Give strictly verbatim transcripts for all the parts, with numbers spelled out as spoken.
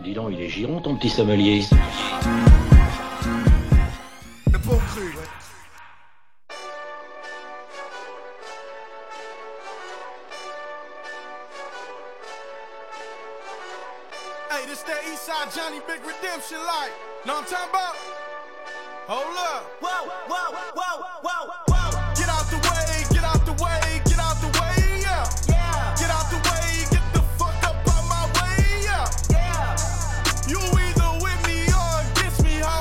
Dis donc, il est giron ton petit sommelier. Le bon cru. Hey, this that Eastside Johnny Big Redemption like. Know what I'm talking about? Hold up. Whoa, whoa, whoa, whoa, whoa. Get out the way, get out the way, get out the way, yeah. Yeah. Get out the way, get the fuck up out my way, yeah. Yeah. You either with me or against me, ho.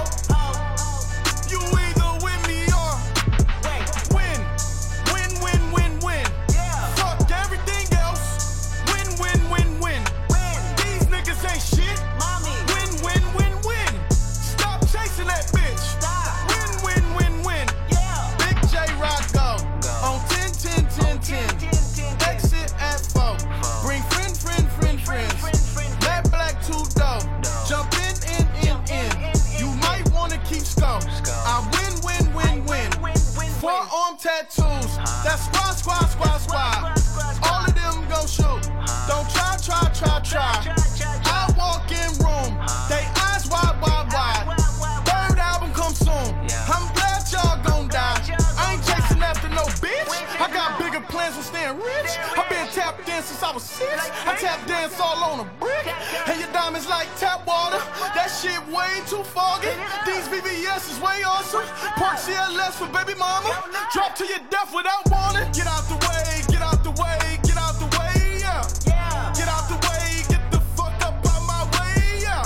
You either with me or wait. Win, win, win, win, win. Yeah. Fuck everything else. Win, win, win, win. Win. These niggas ain't shit. Mommy. Win, win, win, win. Stop chasing that bitch. Stop. Win, win, win, win. Yeah. Big J Rock go. Go. On ten, ten, ten, ten. Exit at four. Bring friend, friend, friend, friends. Matt Black two dope. Jump in, in, in, in. You might wanna keep scope. I win, win, win, win. Forearm tattoos. That's squad, squad, squad, squad. All of them gon' shoot. Don't try, try, try, try. I walk in room. They eyes wide, wide, wide. Third album come soon. I'm glad y'all gon' die. I ain't chasing after no bitch. I got bigger plans for staying rich. I been tap dance since I was six. I tap dance all on a brick. And your diamonds like tap water. That shit way too foggy. These V V S is way awesome. Park C L S for baby mama. Drop to your death without warning. Get out the way, get out the way, get out the way, yeah. Get out the way, get the fuck up out my way, yeah.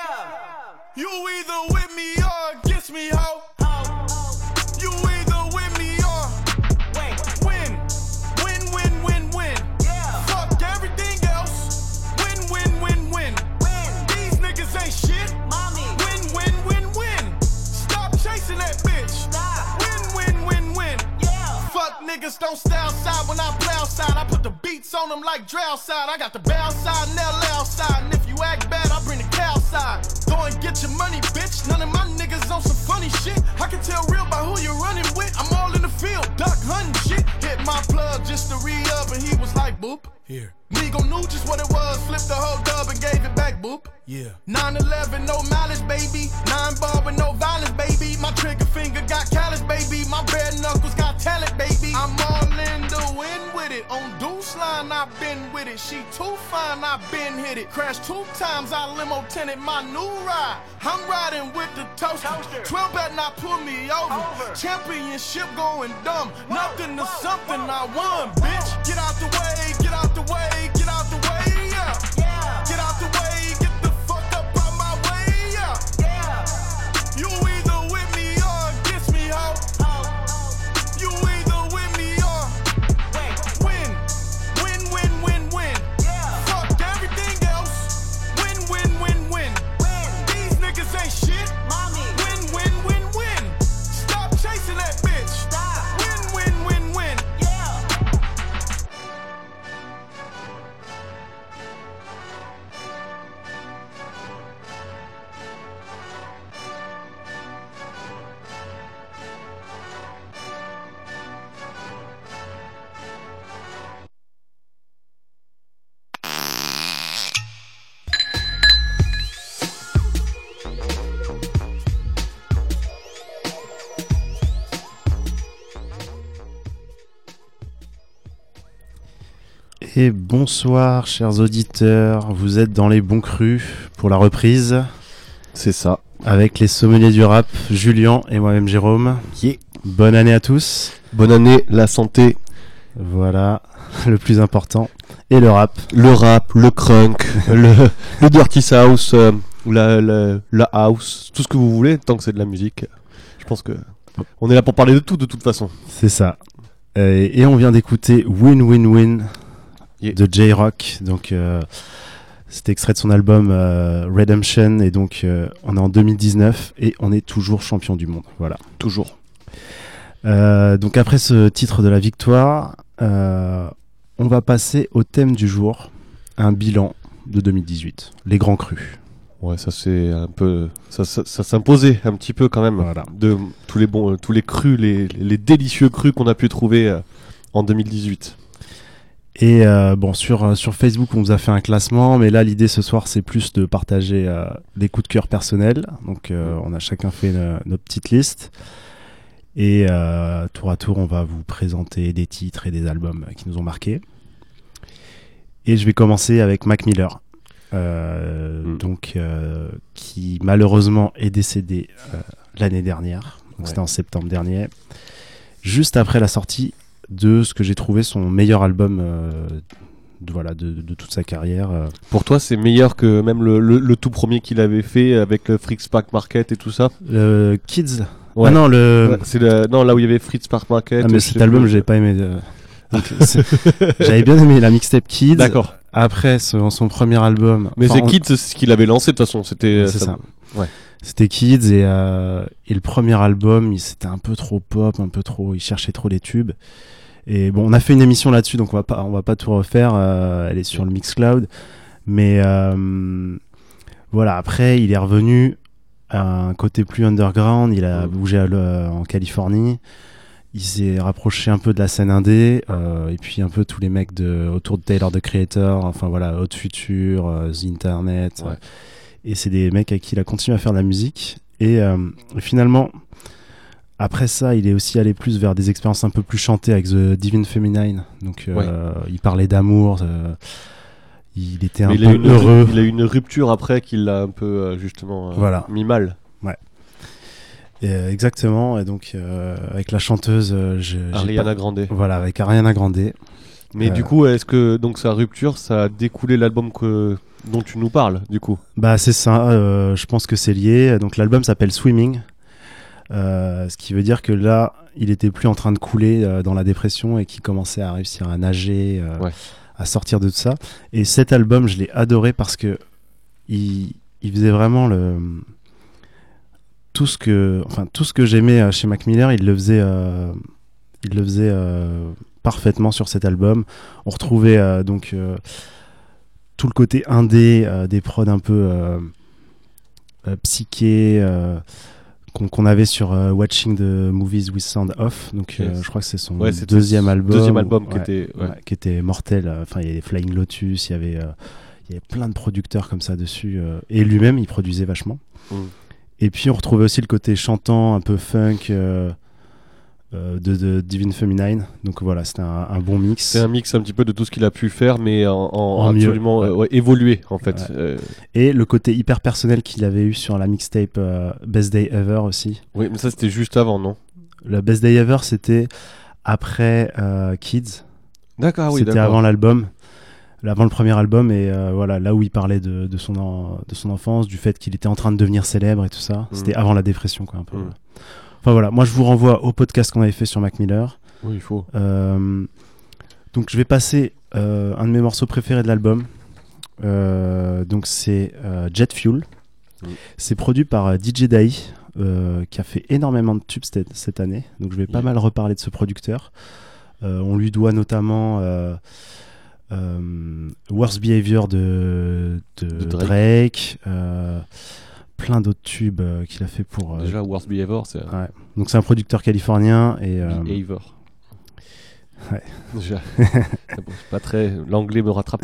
You either with me or against me, ho. You either with me or win, win, win, win, win. Fuck everything else. Win, win, win, win. These niggas ain't shit. Win, win, win, win. Stop chasing that bitch. Win, win, win, win. Fuck niggas don't stay outside when I play outside. I put the beats on them like Dre outside. I got the bow side and L L side. And if you act bad, I bring the cow side. Go and get your money, bitch. None of my niggas on some funny shit. I can tell real by who you're running with. I'm all in the field, duck hunting shit. Hit my plug just to re-up and he was like, boop. Here. Migo knew just what it was. Flipped the whole dub and gave it back, boop. Yeah. nine eleven, no mileage, baby. Nine ball with no violence, baby. My trigger finger got callous, baby. My bare knuckles got talent, baby. I'm all in the wind with it. On Deuce line, I've been with it. She too fine, I've been hit it. Crashed two times, I limo tented my new ride. I'm riding with the toaster. toaster. twelve better not pull me over. over. Championship going dumb. Whoa, Nothing to whoa, something whoa, I won, whoa. bitch. Get out the way, get out the way, get out the way, yeah. yeah. Get out the way, get the fuck up out my way, yeah. yeah. You either with me or against me, ho. You either with me or win, win, win, win, win. Fuck everything else. Win, win, win, win. These niggas ain't shit. Win, win, win, win. Stop chasing that bitch. Win, win, win, win. Et bonsoir chers auditeurs, vous êtes dans les bons crus pour la reprise. C'est ça. Avec les sommeliers du rap, Julien et moi-même Jérôme. Yeah. Bonne année à tous. Bonne année, la santé. Voilà, le plus important. Et le rap. Le rap, le crunk, le, le dirty house, euh, la, la, la house, tout ce que vous voulez, tant que c'est de la musique. Je pense que on est là pour parler de tout de toute façon. C'est ça. Euh, et on vient d'écouter Win Win Win. Yeah. De J-Rock, donc euh, c'était extrait de son album euh, Redemption, et donc euh, on est en deux mille dix-neuf et on est toujours champion du monde, voilà. Toujours. Euh, donc après ce titre de la victoire, euh, on va passer au thème du jour, un bilan de deux mille dix-huit, les grands crus. Ouais, ça c'est un peu, ça, ça, ça s'imposait un petit peu quand même, voilà. De tous les bons, tous les crus, les, les délicieux crus qu'on a pu trouver euh, en deux mille dix-huit. Et euh, bon, sur, sur Facebook, on vous a fait un classement, mais là, l'idée ce soir, c'est plus de partager euh, des coups de cœur personnels. Donc, euh, on a chacun fait une, notre petite liste. Et euh, tour à tour, on va vous présenter des titres et des albums qui nous ont marqués. Et je vais commencer avec Mac Miller, euh, mm. donc, euh, qui malheureusement est décédé euh, l'année dernière. Donc, ouais. C'était en septembre dernier, juste après la sortie de ce que j'ai trouvé son meilleur album euh, de, voilà, de, de toute sa carrière. Euh. Pour toi, c'est meilleur que même le, le, le tout premier qu'il avait fait avec le Fritz Park Market et tout ça euh, Kids ouais. Ah non, le... ouais, c'est le... non, là où il y avait Fritz Park Market. Ah, mais cet album, plus... j'ai pas aimé. De... Donc, j'avais bien aimé la mixtape Kids. D'accord. Après, son, son premier album... Mais enfin, c'est on... Kids, c'est ce qu'il avait lancé de toute façon. C'était, c'est ça. ça. Ouais. C'était Kids et, euh, et le premier album, il, c'était un peu trop pop, un peu trop... Il cherchait trop les tubes. Et bon, on a fait une émission là-dessus, donc on va pas, on va pas tout refaire. Euh, elle est sur le Mixcloud, mais euh, voilà. Après, il est revenu à un côté plus underground. Il a bougé à le, en Californie. Il s'est rapproché un peu de la scène indé, euh, et puis un peu tous les mecs de autour de Tyler the Creator. Enfin voilà, Hot Future, euh, The Internet. Ouais. Euh, et c'est des mecs avec qui il a continué à faire de la musique. Et, euh, et finalement. Après ça, il est aussi allé plus vers des expériences un peu plus chantées avec The Divine Feminine. Donc, euh, ouais. il parlait d'amour. Euh, il était un Mais peu il a une, heureux. Il a eu une rupture après qui l'a un peu euh, justement euh, voilà. mis mal. Ouais. Et, euh, exactement. Et donc euh, avec la chanteuse, euh, je, Ariana pas... Grande. Voilà, avec Ariana Grande. Mais euh... du coup, est-ce que donc sa rupture, ça a découlé l'album que dont tu nous parles, du coup? Bah c'est ça. Euh, je pense que c'est lié. Donc l'album s'appelle Swimming. Euh, ce qui veut dire que là, il était plus en train de couler euh, dans la dépression et qu'il commençait à réussir à nager, euh, ouais. à sortir de tout ça. Et cet album, je l'ai adoré parce que il, il faisait vraiment le tout ce que, enfin tout ce que j'aimais chez Mac Miller, il le faisait, euh, il le faisait euh, parfaitement sur cet album. On retrouvait euh, donc euh, tout le côté indé, euh, des prods un peu euh, euh, psychés. Euh, Qu'on, qu'on avait sur uh, Watching the Movies with Sound Off, donc yes. euh, je crois que c'est son ouais, deuxième album, deuxième album ouais, qui était ouais. Ouais, qui était mortel. Enfin, il y avait Flying Lotus, il y avait euh, il y avait plein de producteurs comme ça dessus, euh, et lui-même il produisait vachement. Mm. Et puis on retrouvait aussi le côté chantant, un peu funk euh, euh, de, de Divine Feminine. Donc voilà, c'était un, un bon mix. C'est un mix un petit peu de tout ce qu'il a pu faire, mais en, en, en absolument mieux, ouais. Euh, ouais, évolué en fait. Ouais. Euh... Et le côté hyper personnel qu'il avait eu sur la mixtape euh, Best Day Ever aussi. Oui, mais ça c'était juste avant, non? Le Best Day Ever, c'était après euh, Kids. D'accord, oui, c'était d'accord. avant l'album, avant le premier album, et euh, voilà, là où il parlait de, de, son en, de son enfance, du fait qu'il était en train de devenir célèbre et tout ça. Mmh. C'était avant la dépression, quoi, un peu. Mmh. Enfin voilà, moi je vous renvoie au podcast qu'on avait fait sur Mac Miller. Oui, il faut. Euh, donc je vais passer euh, un de mes morceaux préférés de l'album. Euh, donc c'est euh, Jet Fuel. Mmh. C'est produit par euh, D J Dai, euh, qui a fait énormément de tubes cette, cette année. Donc je vais pas yeah. mal reparler de ce producteur. Euh, on lui doit notamment euh, euh, Worst Behavior de, de, de Drake. Drake euh, plein d'autres tubes euh, qu'il a fait pour... Euh, Déjà, Worst Behavior, c'est... Ouais. Donc c'est un producteur californien et... Euh, Behavior. Ouais. Déjà. Pas très... L'anglais me rattrape.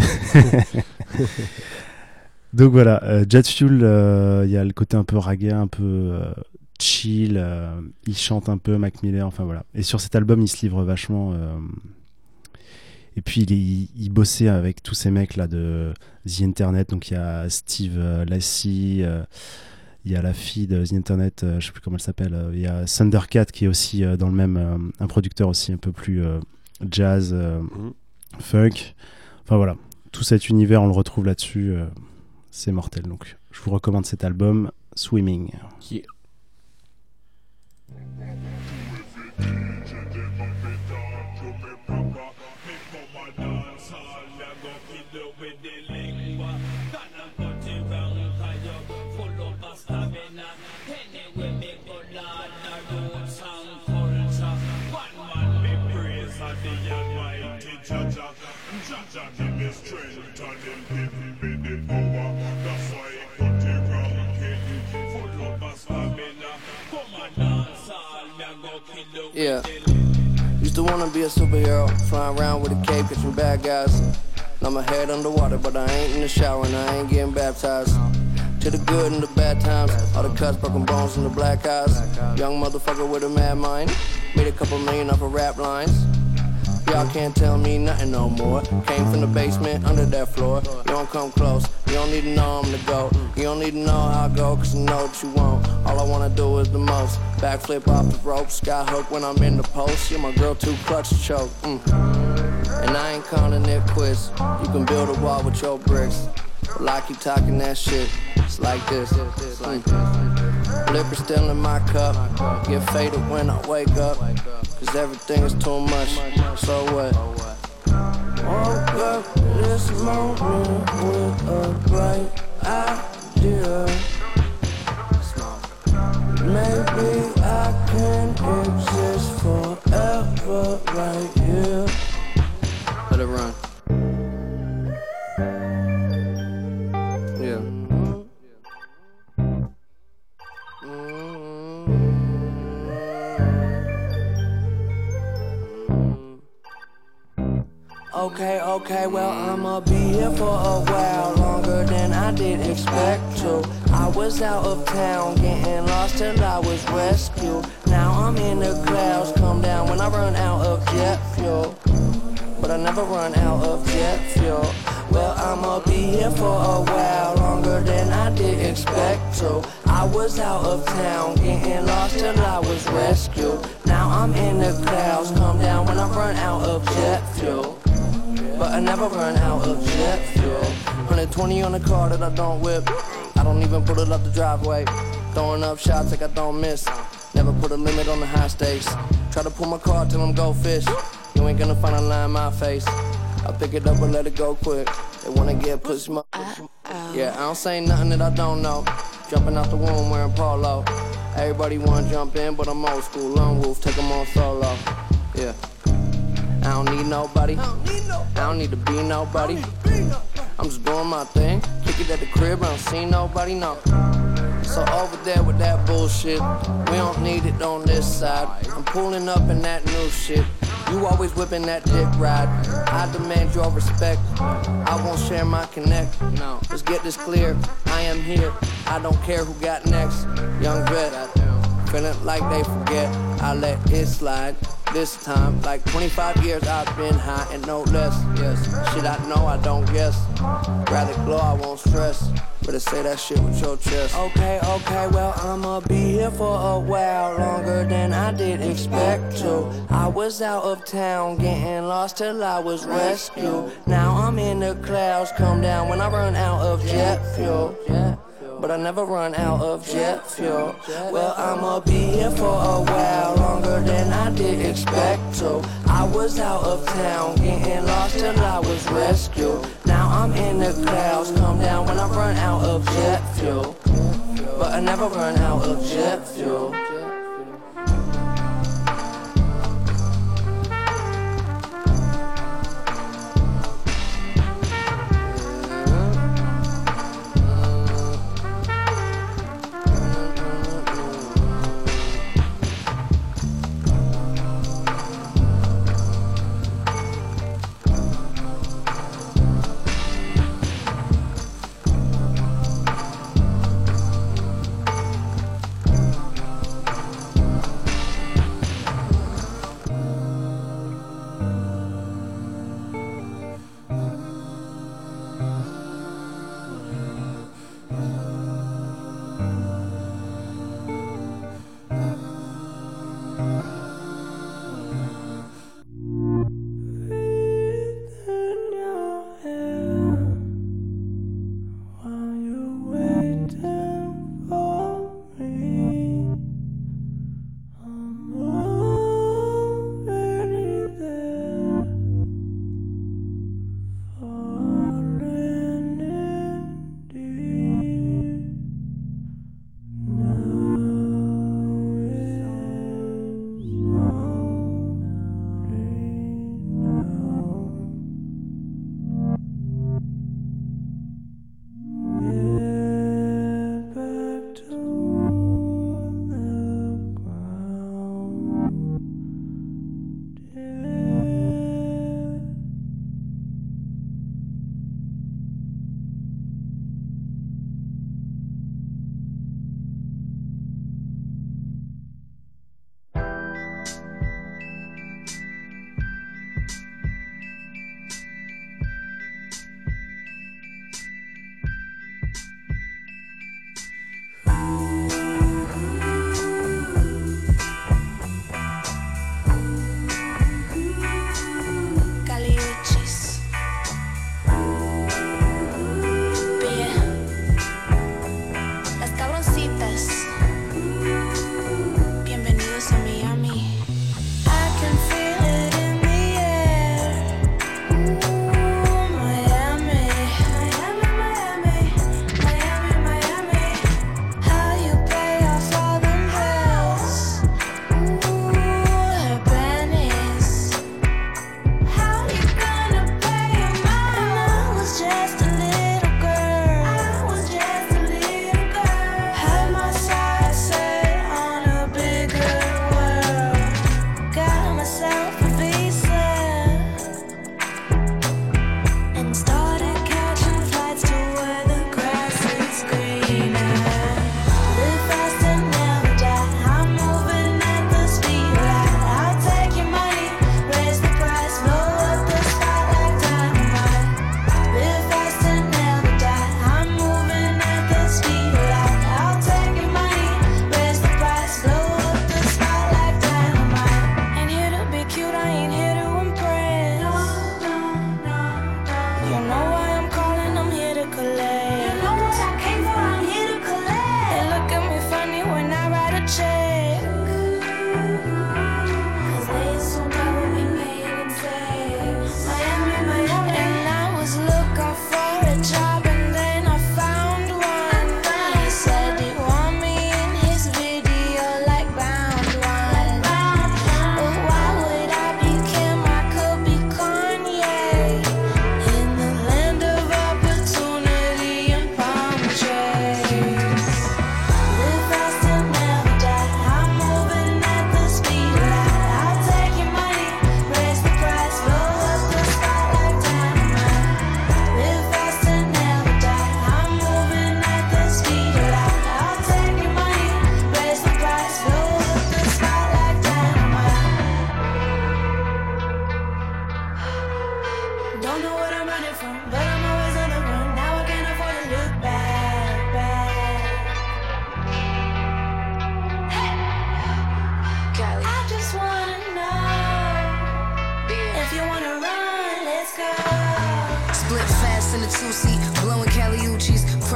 Donc voilà, euh, Jet Fuel, il euh, y a le côté un peu reggae, un peu euh, chill, euh, il chante un peu, Mac Miller, enfin voilà. Et sur cet album, il se livre vachement... Euh, et puis il, il, il bossait avec tous ces mecs là de The Internet, donc il y a Steve euh, Lassie, il euh, y a la fille de The Internet, euh, je sais plus comment elle s'appelle, il euh, y a Thundercat qui est aussi euh, dans le même, euh, un producteur aussi un peu plus euh, jazz, euh, mmh. funk, enfin voilà, tout cet univers on le retrouve là-dessus, euh, c'est mortel, donc je vous recommande cet album, Swimming. Yeah. Yeah. Used to wanna be a superhero, flying around with a cape, catching bad guys. Now my head underwater, but I ain't in the shower and I ain't getting baptized. To the good and the bad times, all the cuts, broken bones, and the black eyes. Young motherfucker with a mad mind, made a couple million off of rap lines. Y'all can't tell me nothing no more. Came from the basement, under that floor. You don't come close, you don't need to know I'm the GOAT. You don't need to know how I go, cause you know what you want. All I wanna do is the most. Backflip off the rope, sky hook when I'm in the post. You're my girl, too clutch to choke. Mm. And I ain't calling it quits. You can build a wall with your bricks. Well, I keep talking that shit. It's like this. It's like mm. Liquor still in my cup. Get faded when I wake up. Cause everything is too much. So what? Woke up this morning with a bright idea. Maybe I can exist forever right here. Let it run. Yeah. Okay, okay, well I'ma be here for a while, longer than I did expect to. I was out of town, getting lost till I was rescued. Now I'm in the clouds, come down when I run out of jet fuel. But I never run out of jet fuel. Well, I'ma be here for a while, longer than I did expect to. I was out of town, getting lost till I was rescued. Now I'm in the clouds, come down when I run out of jet fuel. But I never run out of jet fuel. one hundred twenty on the car that I don't whip. I don't even put it up the driveway. Throwing up shots like I don't miss. Never put a limit on the high stakes. Try to pull my car till I'm go fish. You ain't gonna find a line in my face. I pick it up and let it go quick. They wanna get pussy my yeah, I don't say nothing that I don't know. Jumping out the womb wearing polo. Everybody wanna jump in, but I'm old school. Lone wolf, take them on solo. Yeah. I don't need nobody. I don't need to be nobody. I'm just doing my thing. Kick it at the crib, I don't see nobody, no. So over there with that bullshit, we don't need it on this side. I'm pulling up in that new shit. You always whipping that dick ride. I demand your respect. I won't share my connect. No, let's get this clear. I am here. I don't care who got next. Young vet, feeling like they forget. I let it slide. This time, like twenty-five years I've been high and no less. Yes, shit I know I don't guess. Rather glow, I won't stress. Better say that shit with your chest. Okay, okay, well I'ma be here for a while, longer than I did expect to. I was out of town, getting lost till I was rescued. Now I'm in the clouds, come down when I run out of jet fuel. But I never run out of jet fuel. Well, I'ma be here for a while, longer than I did expect to. I was out of town, getting lost till I was rescued. Now I'm in the clouds, come down when I run out of jet fuel. But I never run out of jet fuel.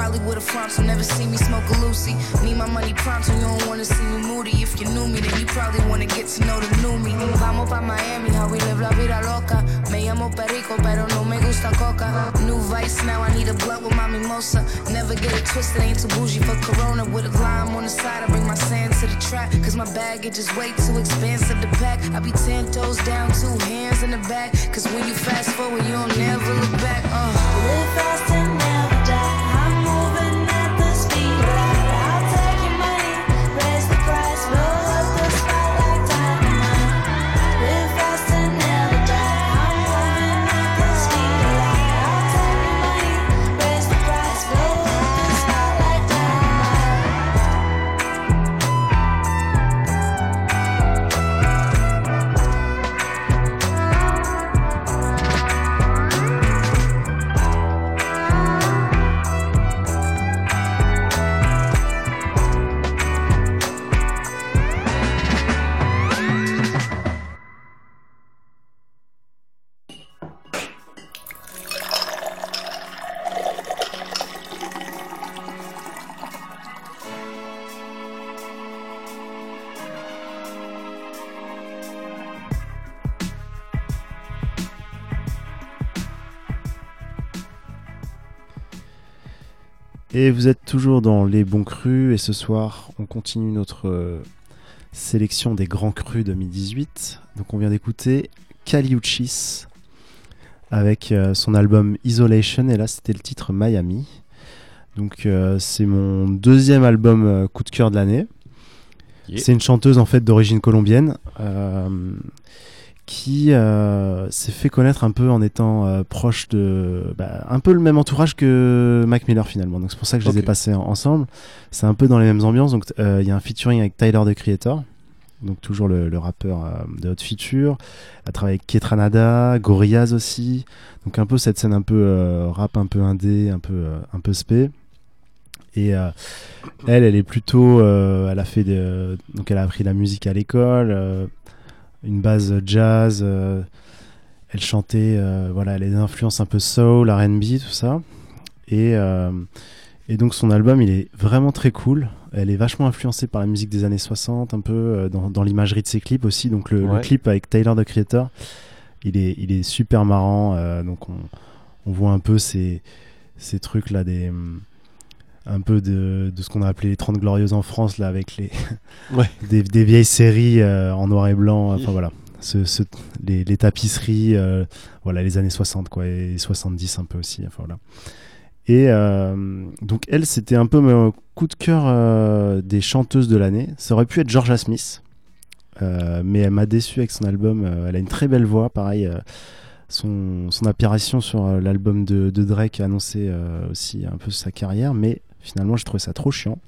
probably with a fronto, never see me smoke a Lucy. Need my money pronto, you don't wanna see me moody. If you knew me, then you probably wanna get to know the new me. Vamos pa' Miami, how we live la vida loca. Me llamo Perico, pero no me gusta coca. New vice, now I need a blunt with my mimosa. Never get it twisted, ain't too bougie for Corona. With a lime on the side, I bring my sand to the track. Cause my baggage is way too expensive to pack. I be ten toes down, two hands in the back. Cause when you fast forward, you don't never look back. Uh. Live fast and never die. I'm moving at the speed of light. I'll take your money, raise the price, blow up the spot like dynamite. Live fast and never die. I'm moving at the speed of light. I'll take your money, raise the price, blow up the spot like Et vous êtes toujours dans les bons crus, et ce soir on continue notre euh, sélection des grands crus deux mille dix-huit. Donc on vient d'écouter Kali Uchis avec euh, son album Isolation, et là c'était le titre Miami. Donc euh, c'est mon deuxième album euh, coup de cœur de l'année. Yeah. C'est une chanteuse en fait d'origine colombienne euh, qui euh, s'est fait connaître un peu en étant euh, proche de bah, un peu le même entourage que Mac Miller finalement, donc c'est pour ça que je okay. les ai passés en, ensemble. C'est un peu dans les mêmes ambiances, donc il euh, y a un featuring avec Tyler the Creator, donc toujours le, le rappeur euh, de Hot Future. Elle a travaillé avec Ketranada, Gorillaz aussi, donc un peu cette scène un peu euh, rap, un peu indé, un peu euh, un peu spé. Et euh, elle, elle est plutôt, euh, elle a fait des, donc elle a appris la musique à l'école. Euh, une base jazz, euh, elle chantait, euh, voilà, elle a des influences un peu soul, R and B, tout ça. Et, euh, et donc son album, il est vraiment très cool. Elle est vachement influencée par la musique des années soixante, un peu euh, dans, dans l'imagerie de ses clips aussi. Donc le, ouais. le clip avec Tyler the Creator, il est, il est super marrant. Euh, donc on, on voit un peu ces, ces trucs là, des... un peu de, de ce qu'on a appelé les trente glorieuses en France là, avec les ouais. des, des vieilles séries euh, en noir et blanc, enfin voilà, ce, ce, les, les tapisseries, euh, voilà, les années soixante quoi, et soixante-dix un peu aussi, enfin voilà. Et euh, donc elle, c'était un peu mon coup de cœur euh, des chanteuses de l'année. Ça aurait pu être Georgia Smith, euh, mais elle m'a déçu avec son album. Euh, elle a une très belle voix, pareil. Euh, son, son apparition sur euh, l'album de, de Drake a annoncé euh, aussi un peu sa carrière, mais finalement, j'ai trouvé ça trop chiant.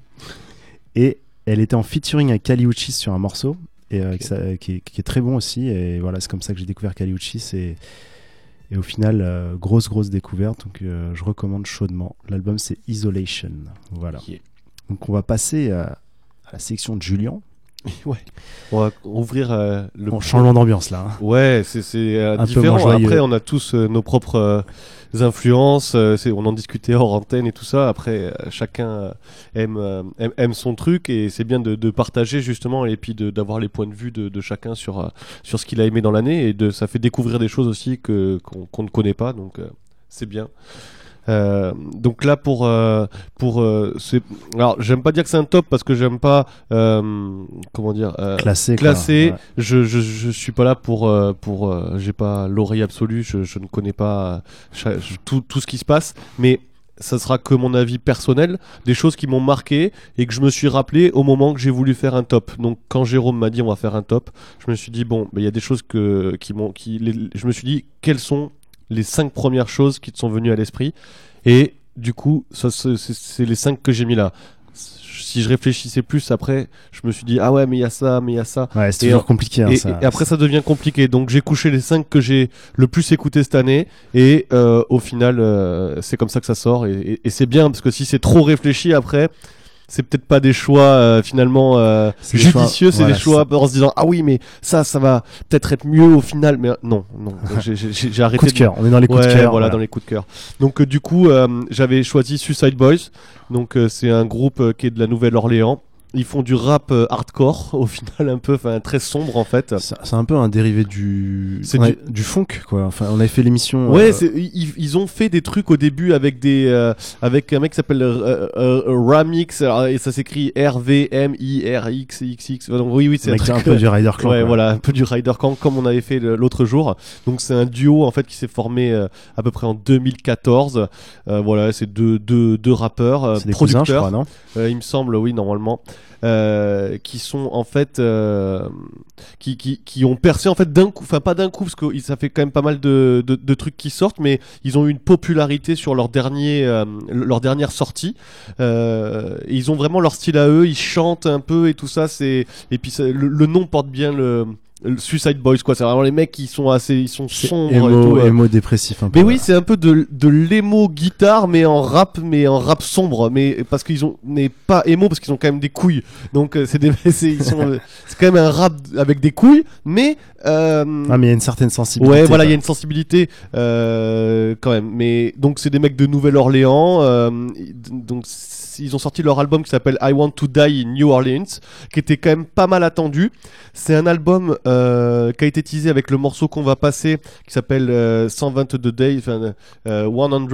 Et elle était en featuring avec Kali Uchis sur un morceau, et, euh, okay. ça, qui, est, qui est très bon aussi. Et voilà, c'est comme ça que j'ai découvert Kali Uchis. Et, et au final, euh, grosse, grosse découverte. Donc, euh, je recommande chaudement. L'album, c'est Isolation. Voilà. Yeah. Donc, on va passer à, à la section de Julien. Ouais. On va ouvrir euh, le bon, changement d'ambiance là. Hein. Ouais, c'est c'est euh, différent. Après, on a tous euh, nos propres euh, influences. Euh, c'est, on en discutait hors antenne et tout ça. Après, euh, chacun euh, aime, euh, aime aime son truc, et c'est bien de, de partager justement, et puis de, d'avoir les points de vue de, de chacun sur euh, sur ce qu'il a aimé dans l'année, et de ça fait découvrir des choses aussi que qu'on, qu'on ne connaît pas. Donc euh, c'est bien. Euh, donc là pour euh, pour euh, c'est alors j'aime pas dire que c'est un top parce que j'aime pas euh, comment dire euh, classé classé ouais. je, je je suis pas là pour euh, pour euh, j'ai pas l'oreille absolue, je, je ne connais pas euh, tout tout ce qui se passe, mais ça sera que mon avis personnel, des choses qui m'ont marqué et que je me suis rappelé au moment que j'ai voulu faire un top. Donc quand Jérôme m'a dit on va faire un top, je me suis dit bon, il bah, y a des choses que qui m'ont qui les, je me suis dit quelles sont les cinq premières choses qui te sont venues à l'esprit, et du coup ça, c'est, c'est les cinq que j'ai mis là. Si je réfléchissais plus après, je me suis dit ah ouais mais il y a ça, mais il y a ça. Ouais, c'est toujours et, compliqué. Hein, et, ça. et après ça devient compliqué. Donc j'ai couché les cinq que j'ai le plus écouté cette année, et euh, au final euh, c'est comme ça que ça sort, et, et, et c'est bien parce que si c'est trop réfléchi après, c'est peut-être pas des choix euh, finalement euh, C'est des judicieux, choix- c'est voilà, des choix c'est en se disant ah oui mais ça ça va peut-être être mieux au final, mais euh, non non j'ai, j'ai, j'ai arrêté Coup de cœur, on est dans les coups Ouais, de cœur. voilà, dans les coups de cœur. Donc euh, du coup, euh, j'avais choisi Suicide Boys. Donc euh, c'est un groupe euh, qui est de la Nouvelle-Orléans. Ils font du rap euh, hardcore au final un peu, enfin très sombre en fait. C'est c'est un peu un dérivé du C'est on a- du- du funk quoi. Enfin, on avait fait l'émission. Ouais, euh, c'est, ils, ils ont fait des trucs au début avec des euh, avec un mec qui s'appelle euh, euh, euh, Ramix alors, et ça s'écrit R V M I R X X X. Donc oui oui, c'est un avec truc un peu du Rider Clan. ouais, quoi. voilà, un peu du Rider Clan comme on avait fait le- l'autre jour. Donc c'est un duo en fait qui s'est formé euh, à peu près en deux mille quatorze. Euh, voilà, c'est deux deux deux rappeurs, euh, C'est des cousins, je producteurs. crois, non Euh, il me semble, oui, normalement, euh, qui sont en fait, euh, qui, qui, qui ont percé en fait d'un coup, enfin pas d'un coup, parce que ça fait quand même pas mal de, de, de trucs qui sortent, mais ils ont eu une popularité sur leur dernier, euh, leur dernière sortie. Euh, et ils ont vraiment leur style à eux, ils chantent un peu et tout ça. C'est et puis ça- le, le nom porte bien le. le Suicide Boys quoi, c'est vraiment les mecs qui sont assez, ils sont C'est sombres et émo, tout. euh. émo dépressif un peu. Mais oui, c'est un peu de, de l'émo guitare, mais en rap, mais en rap sombre, mais parce qu'ils ont, mais pas émo parce qu'ils ont quand même des couilles. Donc euh, c'est des, c'est, ils sont, euh, c'est quand même un rap avec des couilles, mais euh, Ah, mais il y a une certaine sensibilité. ouais, voilà, il y quoi. a une sensibilité euh, quand même. Mais donc c'est des mecs de Nouvelle-Orléans, euh, donc ils ont sorti leur album qui s'appelle I Want to Die in New Orleans, qui était quand même pas mal attendu. C'est un album euh, qui a été teasé avec le morceau qu'on va passer, qui s'appelle euh, cent vingt-deux Days, enfin euh,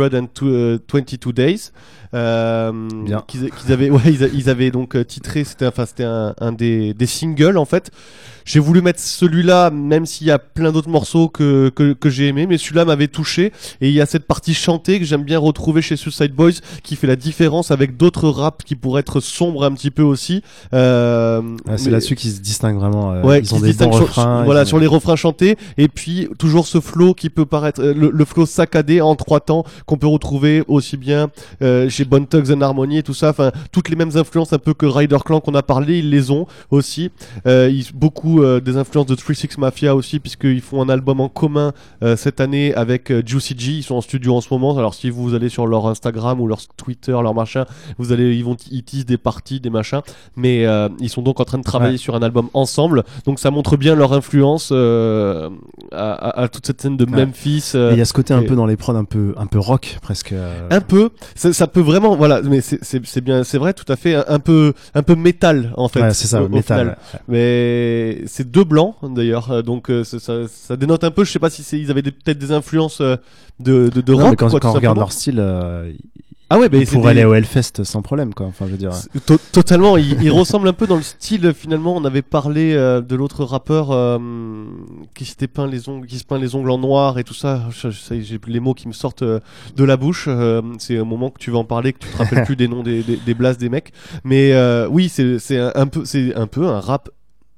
cent vingt-deux Days. Euh, Bien. qu'ils, qu'ils avaient, ouais, ils, a- ils avaient donc euh, titré, c'était, enfin, c'était un, un des, des singles en fait. J'ai voulu mettre celui-là, même s'il y a plein d'autres morceaux que, que, que j'ai aimé, mais celui-là m'avait touché. Et il y a cette partie chantée que j'aime bien retrouver chez Suicide Boys, qui fait la différence avec d'autres raps qui pourraient être sombres un petit peu aussi. Euh, Ouais, c'est mais- là-dessus qu'ils se distinguent vraiment. euh, Ouais, ils qui ont se des distingue bons sur, refrains. voilà, ils ont- sur les refrains chantés, et puis toujours ce flow qui peut paraître, euh, le, le flow saccadé en trois temps qu'on peut retrouver aussi bien euh, chez Bone Thugs and Harmony et tout ça. Enfin, toutes les mêmes influences un peu que Rider Clan qu'on a parlé, ils les ont aussi. Euh, ils, beaucoup euh, des influences de trois six Mafia aussi, puisqu'ils font un album en commun euh, cette année avec euh, Juicy G. Ils sont en studio en ce moment. Alors si vous allez sur leur Instagram ou leur Twitter, leur machin, vous allez, ils vont ils teasent des parties, des machins. Mais euh, ils sont donc en train de travailler Ouais. sur un album ensemble. Donc ça montre bien leur influence euh, à, à, à toute cette scène de Ouais. Memphis. Et euh, il y a ce côté un et- peu dans les prods un peu un peu rock presque. euh, un peu, ça, ça peut vraiment, voilà, mais c'est, c'est, c'est bien, c'est vrai, tout à fait, un, un peu, un peu métal en fait. Ouais, c'est ça, au- au métal. final. ouais. Mais c'est deux blancs d'ailleurs, euh, donc euh, ça, ça, ça dénote un peu. Je sais pas si c'est, ils avaient des- peut-être des influences euh, de, de, de Non, rock. mais quand, quoi, quand on tout regarde simplement. leur style, euh, Ah ouais, mais ils c'est pourraient des- aller au Hellfest sans problème, quoi. Enfin, je veux dire. c'est to- totalement, il, il ressemble un peu dans le style. Finalement, on avait parlé euh, de l'autre rappeur euh, qui s'était peint les ongles, qui se peint les ongles en noir et tout ça. Je, je sais, j'ai les mots qui me sortent euh, de la bouche. Euh, c'est un moment que tu vas en parler, que tu te rappelles plus des noms des, des, des blasts des mecs. Mais euh, oui, c'est c'est un, un peu, c'est un peu un rap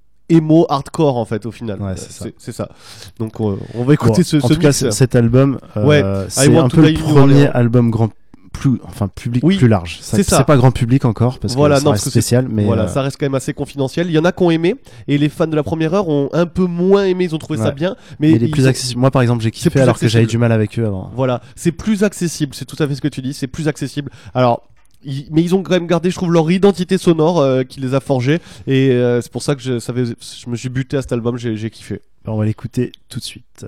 emo hardcore en fait au final. Ouais, Euh, c'est ça. c'est, c'est ça. Donc on, on va écouter Bon, ce, en ce tout cas, mix. c- cet album, euh, Ouais, c'est I Want un to peu le Die in New premier Orleans. album grand plus, enfin public Oui, plus large. Ça- c'est ça. C'est pas grand public encore parce Voilà, que ça non, reste parce que c'est- spécial, mais voilà, euh, ça reste quand même assez confidentiel. Il y en a qui ont aimé et les fans de la première heure ont un peu moins aimé. Ils ont trouvé ça Ouais. bien, mais il est ils plus ont- accessible. Moi, par exemple, j'ai C'est kiffé plus alors que j'avais accessible. du mal avec eux avant. Voilà, c'est plus accessible, c'est tout à fait ce que tu dis, c'est plus accessible. Alors, ils- mais ils ont quand même gardé, je trouve, leur identité sonore euh, qui les a forgés, et euh, c'est pour ça que je, ça avait- je me suis buté à cet album, j'ai j'ai kiffé. On va l'écouter tout de suite.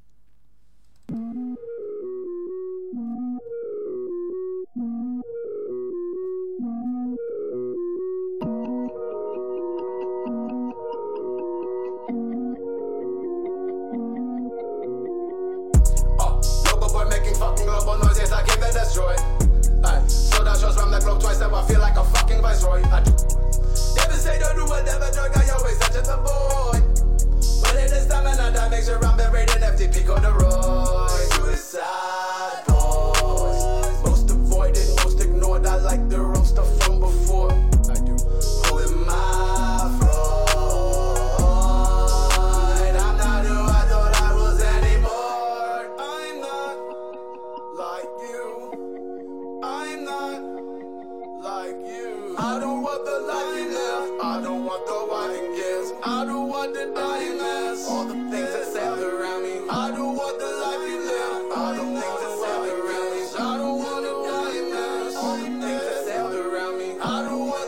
Local boy making fucking global noise, yes, I came to destroy. Aye, so that shows from the globe twice, now I feel like a fucking viceroy. I do. Never say don't do whatever drug, I always touch the boy. But in this time and that makes sure I'm buried in F T P on the road. Suicide boys. Most avoided, most ignored, I like the wrong stuff from before. I do. Who am I from? I'm not who I thought I was anymore. I'm not like you. I'm not like you. I don't want the life you live. I don't want the wife and kids. I don't want the dying ass. All the things that sailed around me. I don't want the life you live. All the things that sailed around me. I don't want the dying ass. All the things that sailed around me. I don't want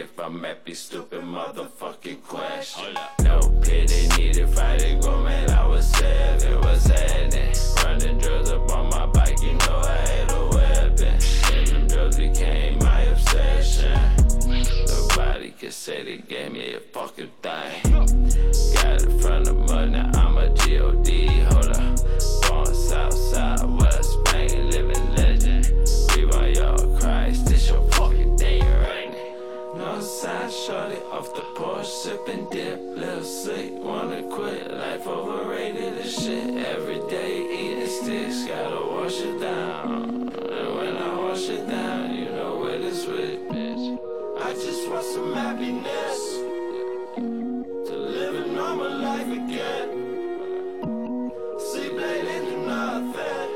if I'm at these stupid motherfucking questions. No pity needed, fighting go, man, I was sad, it was happening. Running drugs up on my bike, you know I had a weapon. And them drugs became my obsession. Nobody can say they gave me a fucking thing. Got it from the mud, now I'm a G O D, hold up. Born south side, West Bank, living legend. We want your Christ, this your fucking day, right? No side, shorty off the porch, sipping dip, little sick, wanna quit, life overrated as shit. Every day eating sticks, gotta wash it down. And when I wash it down, you know where this with, bitch. I just want some happiness, to live a normal life again. Sleep late and do nothing.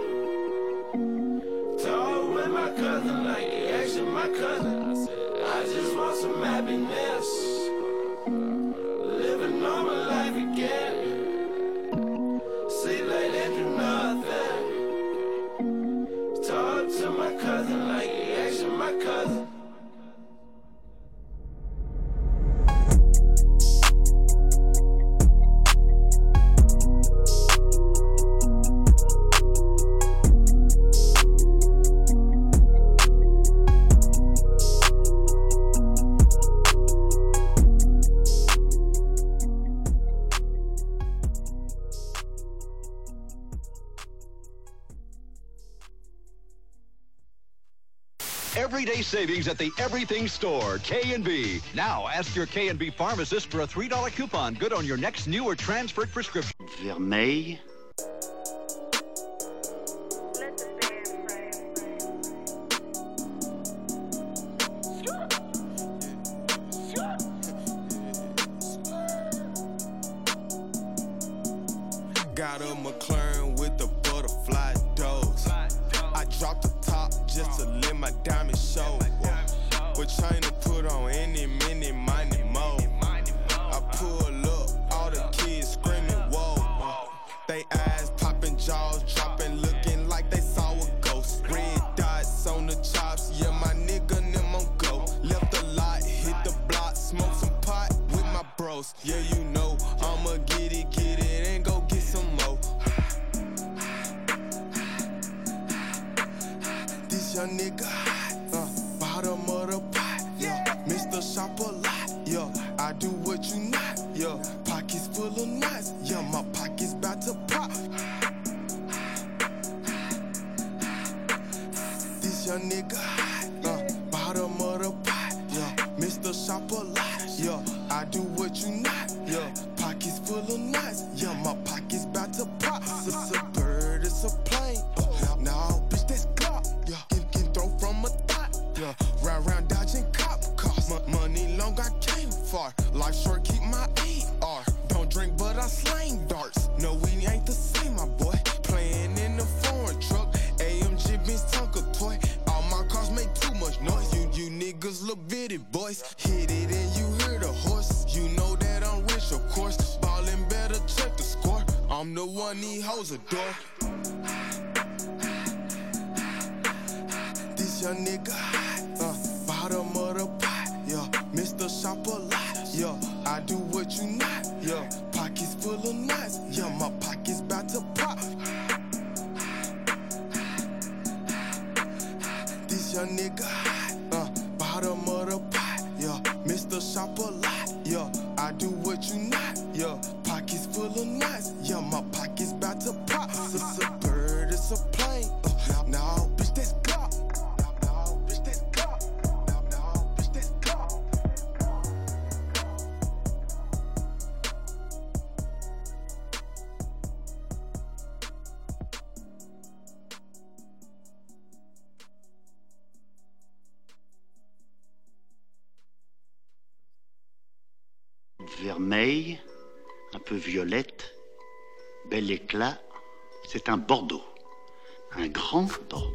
Talk with my cousin like he actually my cousin. I said, I just want some happiness, live a normal life again. Sleep late and do nothing. Talk to my cousin like he actually my cousin. Everyday savings at the Everything Store, K and B. Now ask your K and B pharmacist for a three dollar coupon good on your next new or transferred prescription. Vermeil. Got a McLaren with the butterfly doors. I dropped the top just to let my diamond show. With chain to put on any minute, money more. I pull up, all the kids screaming, whoa. They eyes popping, jaws dropping, looking like they saw a ghost. Red dots on the chops, yeah, my nigga and them on go. Left a lot, hit the block, smoke some pot with my bros. Yeah, you know, I'ma get it, get it, and go get some more. This young nigga, uh, bottom of the pot, yeah. Mister Shop a lot, yeah. I do what you not, yeah. Pockets full of nuts, yeah. My pockets bout to pop. This young nigga, uh, bottom of the pot, yeah. Mister Shop a lot, yeah. I do what you not, yeah. Pockets full of nuts, yeah. My pockets bout to pop. It's a bird, it's a plane, uh, now bitch that's Glock, yeah. Get, get throw from a thought, yeah. Round round dodging cop cars. M- money long, I came far. Life short, keep my A R. Don't drink, but I slang darts. No, we ain't the same, my boy. Playing in the foreign truck. A M G Benz Tonka toy. All my cars make too much noise. You you niggas look bitty, boys. Hit it and you hear the horse. You know that I'm rich, of course. Ballin' better check the score. I'm the one he hoes adore. This young nigga, uh, bottom of the pot, yeah. Mister Shop a lot, yeah. I do what you not, yeah. Pockets full of nuts, yeah. My pockets bout to pop. This young nigga, uh, bottom of the pot, yeah. Mister Shop a lot, yeah. I do what you not, yeah. Pockets full of nuts, yeah. My pockets bout to pop. It's a bird, it's a plane, uh, now bitch that's Glock. Now bitch that's Glock. Now bitch that's Glock. Vermeil, un peu violette, bel éclat, c'est un Bordeaux, un grand Bordeaux.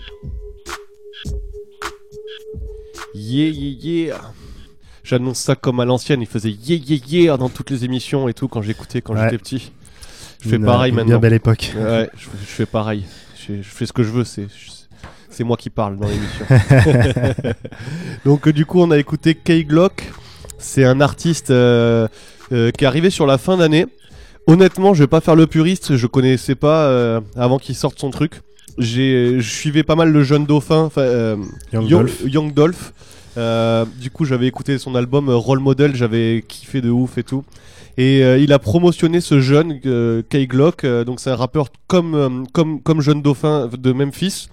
Yeah, yeah, yeah. J'annonce ça comme à l'ancienne, il faisait yeah, yeah, yeah dans toutes les émissions et tout quand j'écoutais quand Ouais. j'étais petit. Je fais Une, pareil une maintenant. bien belle époque. Ouais, je, je fais pareil. Je, je fais ce que je veux, c'est c'est moi qui parle dans l'émission. Donc euh, du coup, on a écouté K-Glock c'est un artiste euh, euh, qui est arrivé sur la fin d'année. Honnêtement, je vais pas faire le puriste, je connaissais pas euh, avant qu'il sorte son truc. J'ai, je suivais pas mal le jeune dauphin, euh, Young Young, Dolph. Young Dolph. Euh, du coup, j'avais écouté son album euh, Role Model, j'avais kiffé de ouf et tout. Et euh, il a promotionné ce jeune euh, Kay Glock, euh, donc c'est un rappeur comme euh, comme comme jeune dauphin de Memphis.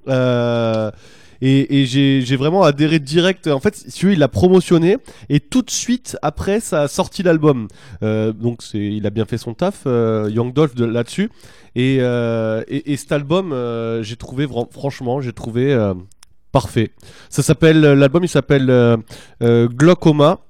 Euh, Et, et j'ai, j'ai vraiment adhéré direct. En fait, si tu veux, il l'a promotionné et tout de suite après, ça a sorti l'album. Euh, donc, c'est, il a bien fait son taf, euh, Young Dolph de, là-dessus. Et, euh, et, et cet album, euh, j'ai trouvé vra- franchement, j'ai trouvé euh, parfait. Ça s'appelle, l'album, il s'appelle euh, euh, Glaucoma.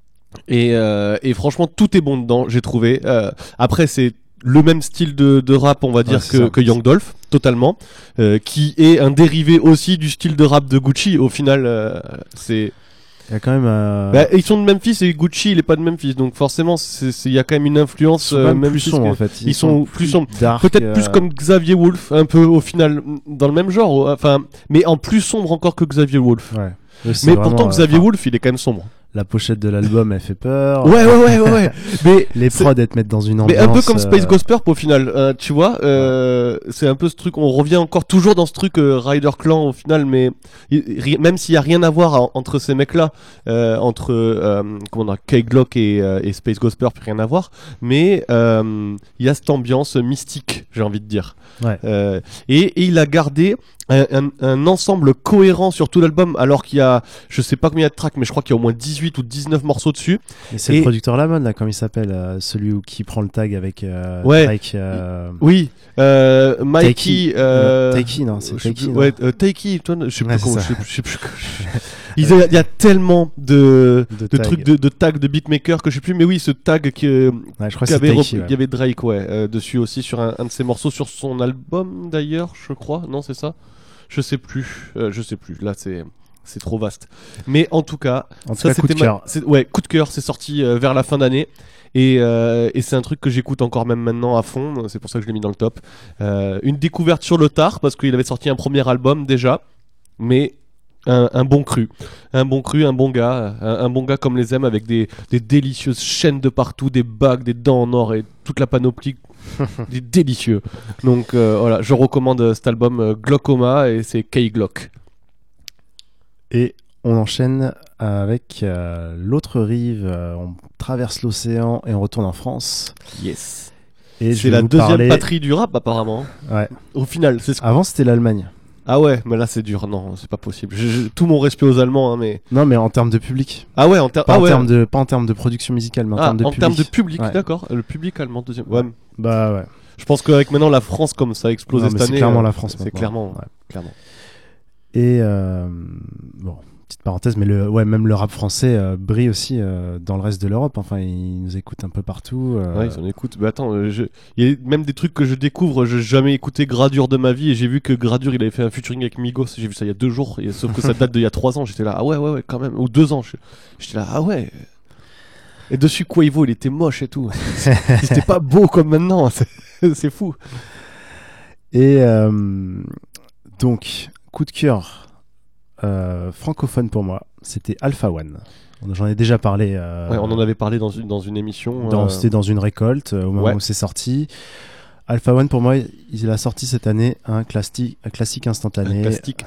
Et, euh, et franchement, tout est bon dedans, j'ai trouvé. Euh, après, c'est le même style de, de rap, on va dire, Ouais, c'est que, ça. que Young Dolph, totalement, euh, qui est un dérivé aussi du style de rap de Gucci. Au final, euh, c'est. Il y a quand même. euh, Bah, ils sont de Memphis et Gucci, il est pas de Memphis, donc forcément, c'est, c'est, il y a quand même une ils influence. sont euh, même plus Memphis sombres que- en fait. Ils, sont, plus sombres. dark, Peut-être euh, plus comme Xavier Wolf, un peu au final, dans le même genre, enfin, mais en plus sombre encore que Xavier Wolf. Ouais. Eux, c'est Mais vraiment, pourtant, euh, Xavier enfin, Wolf, il est quand même sombre. La pochette de l'album, elle fait peur. Ouais, ouais, ouais, ouais, ouais. Mais Les c'est- prods, elles te mettent dans une ambiance. Mais un peu comme euh, Space Ghost Purp au final, euh, tu vois, euh, c'est un peu ce truc, on revient encore toujours dans ce truc euh, Rider Clan au final, mais il- ri- même s'il y a rien à voir en- entre ces mecs-là, euh, entre euh, comment dire, Kay Glock et, euh, et Space Ghost Purp, rien à voir, mais euh, il y a cette ambiance mystique, j'ai envie de dire. Ouais. Euh, et, et il a gardé un, un, un ensemble cohérent sur tout l'album, alors qu'il y a, je sais pas combien de tracks, mais je crois qu'il y a au moins dix-huit ou dix-neuf morceaux dessus. Et c'est Et- le producteur Lamon, là, comme il s'appelle, euh, celui où- qui prend le tag avec euh, Ouais. Drake. euh, Oui, euh, Mikey. Takey. Euh, Non, Takey, non, c'est je sais Takey, plus- non. Ouais, euh, Takey, toi, je sais Ouais, plus c'est comment. ça. Je sais plus- je sais plus. Il y, a, il y a tellement de, De de tags. trucs de, de tags de beatmakers que je sais plus, mais oui, ce tag que Ouais, je crois que c'est qu'avait Takey, repris- ouais. il y avait Drake, ouais, euh, dessus aussi sur un, un de ses morceaux sur son album d'ailleurs, je crois. Non, c'est ça. Je sais plus. Euh, je sais plus. Là, c'est c'est trop vaste. Mais en tout cas, En tout ça cas, coup de c'était ma- cœur. c'est- ouais, coup de cœur. C'est sorti euh, vers la fin d'année. Et, euh, et c'est un truc que j'écoute encore même maintenant à fond, c'est pour ça que je l'ai mis dans le top. Euh, une découverte sur le tard, parce qu'il avait sorti un premier album déjà, mais un, un bon cru. Un bon cru, un bon gars, un, un bon gars comme les aime, avec des, des délicieuses chaînes de partout, des bagues, des dents en or et toute la panoplie. Des délicieux. Donc euh, voilà, je recommande euh, cet album euh, Glaucoma, et c'est Kay Glock. Et on enchaîne avec euh, l'autre rive. euh, on traverse l'océan et on retourne en France. Yes. Et je C'est vais la vous deuxième parler- patrie du rap apparemment. Ouais. Au final, c'est ce que... Avant, c'était l'Allemagne. Ah ouais, mais là c'est dur, non, c'est pas possible. Je- je- tout mon respect aux Allemands, hein, mais... Non, mais en termes de public. Ah ouais, en, ter- Pas, ah en ouais. termes de, pas en termes de production musicale, mais en Ah, termes de en public. termes de public, Ouais. d'accord. Le public allemand, deuxième. Ouais. Bah ouais. Je pense qu'avec maintenant la France, comme ça a explosé Non, mais cette c'est année. clairement euh, la France C'est maintenant. clairement, Ouais. clairement. Et euh, bon, petite parenthèse, mais le, ouais, même le rap français euh, brille aussi euh, dans le reste de l'Europe. Enfin, ils nous écoutent un peu partout. euh, Ouais, ils en écoutent. Bah attends, euh, je- il y a même des trucs que je découvre. Je n'ai jamais écouté Gradure de ma vie, et j'ai vu que Gradure, il avait fait un featuring avec Migos. J'ai vu ça il y a deux jours, et, sauf que ça date d'il y a trois ans. J'étais là, ah ouais, ouais, ouais, quand même. Ou deux ans. je- J'étais là, ah ouais. Et dessus, Quavo, il était moche et tout. C'était pas beau comme maintenant. C'est c'est fou. Et euh, donc, coup de cœur euh, francophone pour moi, c'était Alpha One. J'en ai déjà parlé. euh, Ouais, on en avait parlé dans une, dans une émission. dans- euh, C'était dans une récolte euh, au moment Ouais. où c'est sorti. Alpha One, pour moi, il a sorti cette année un classique, un classique instantané. plastique.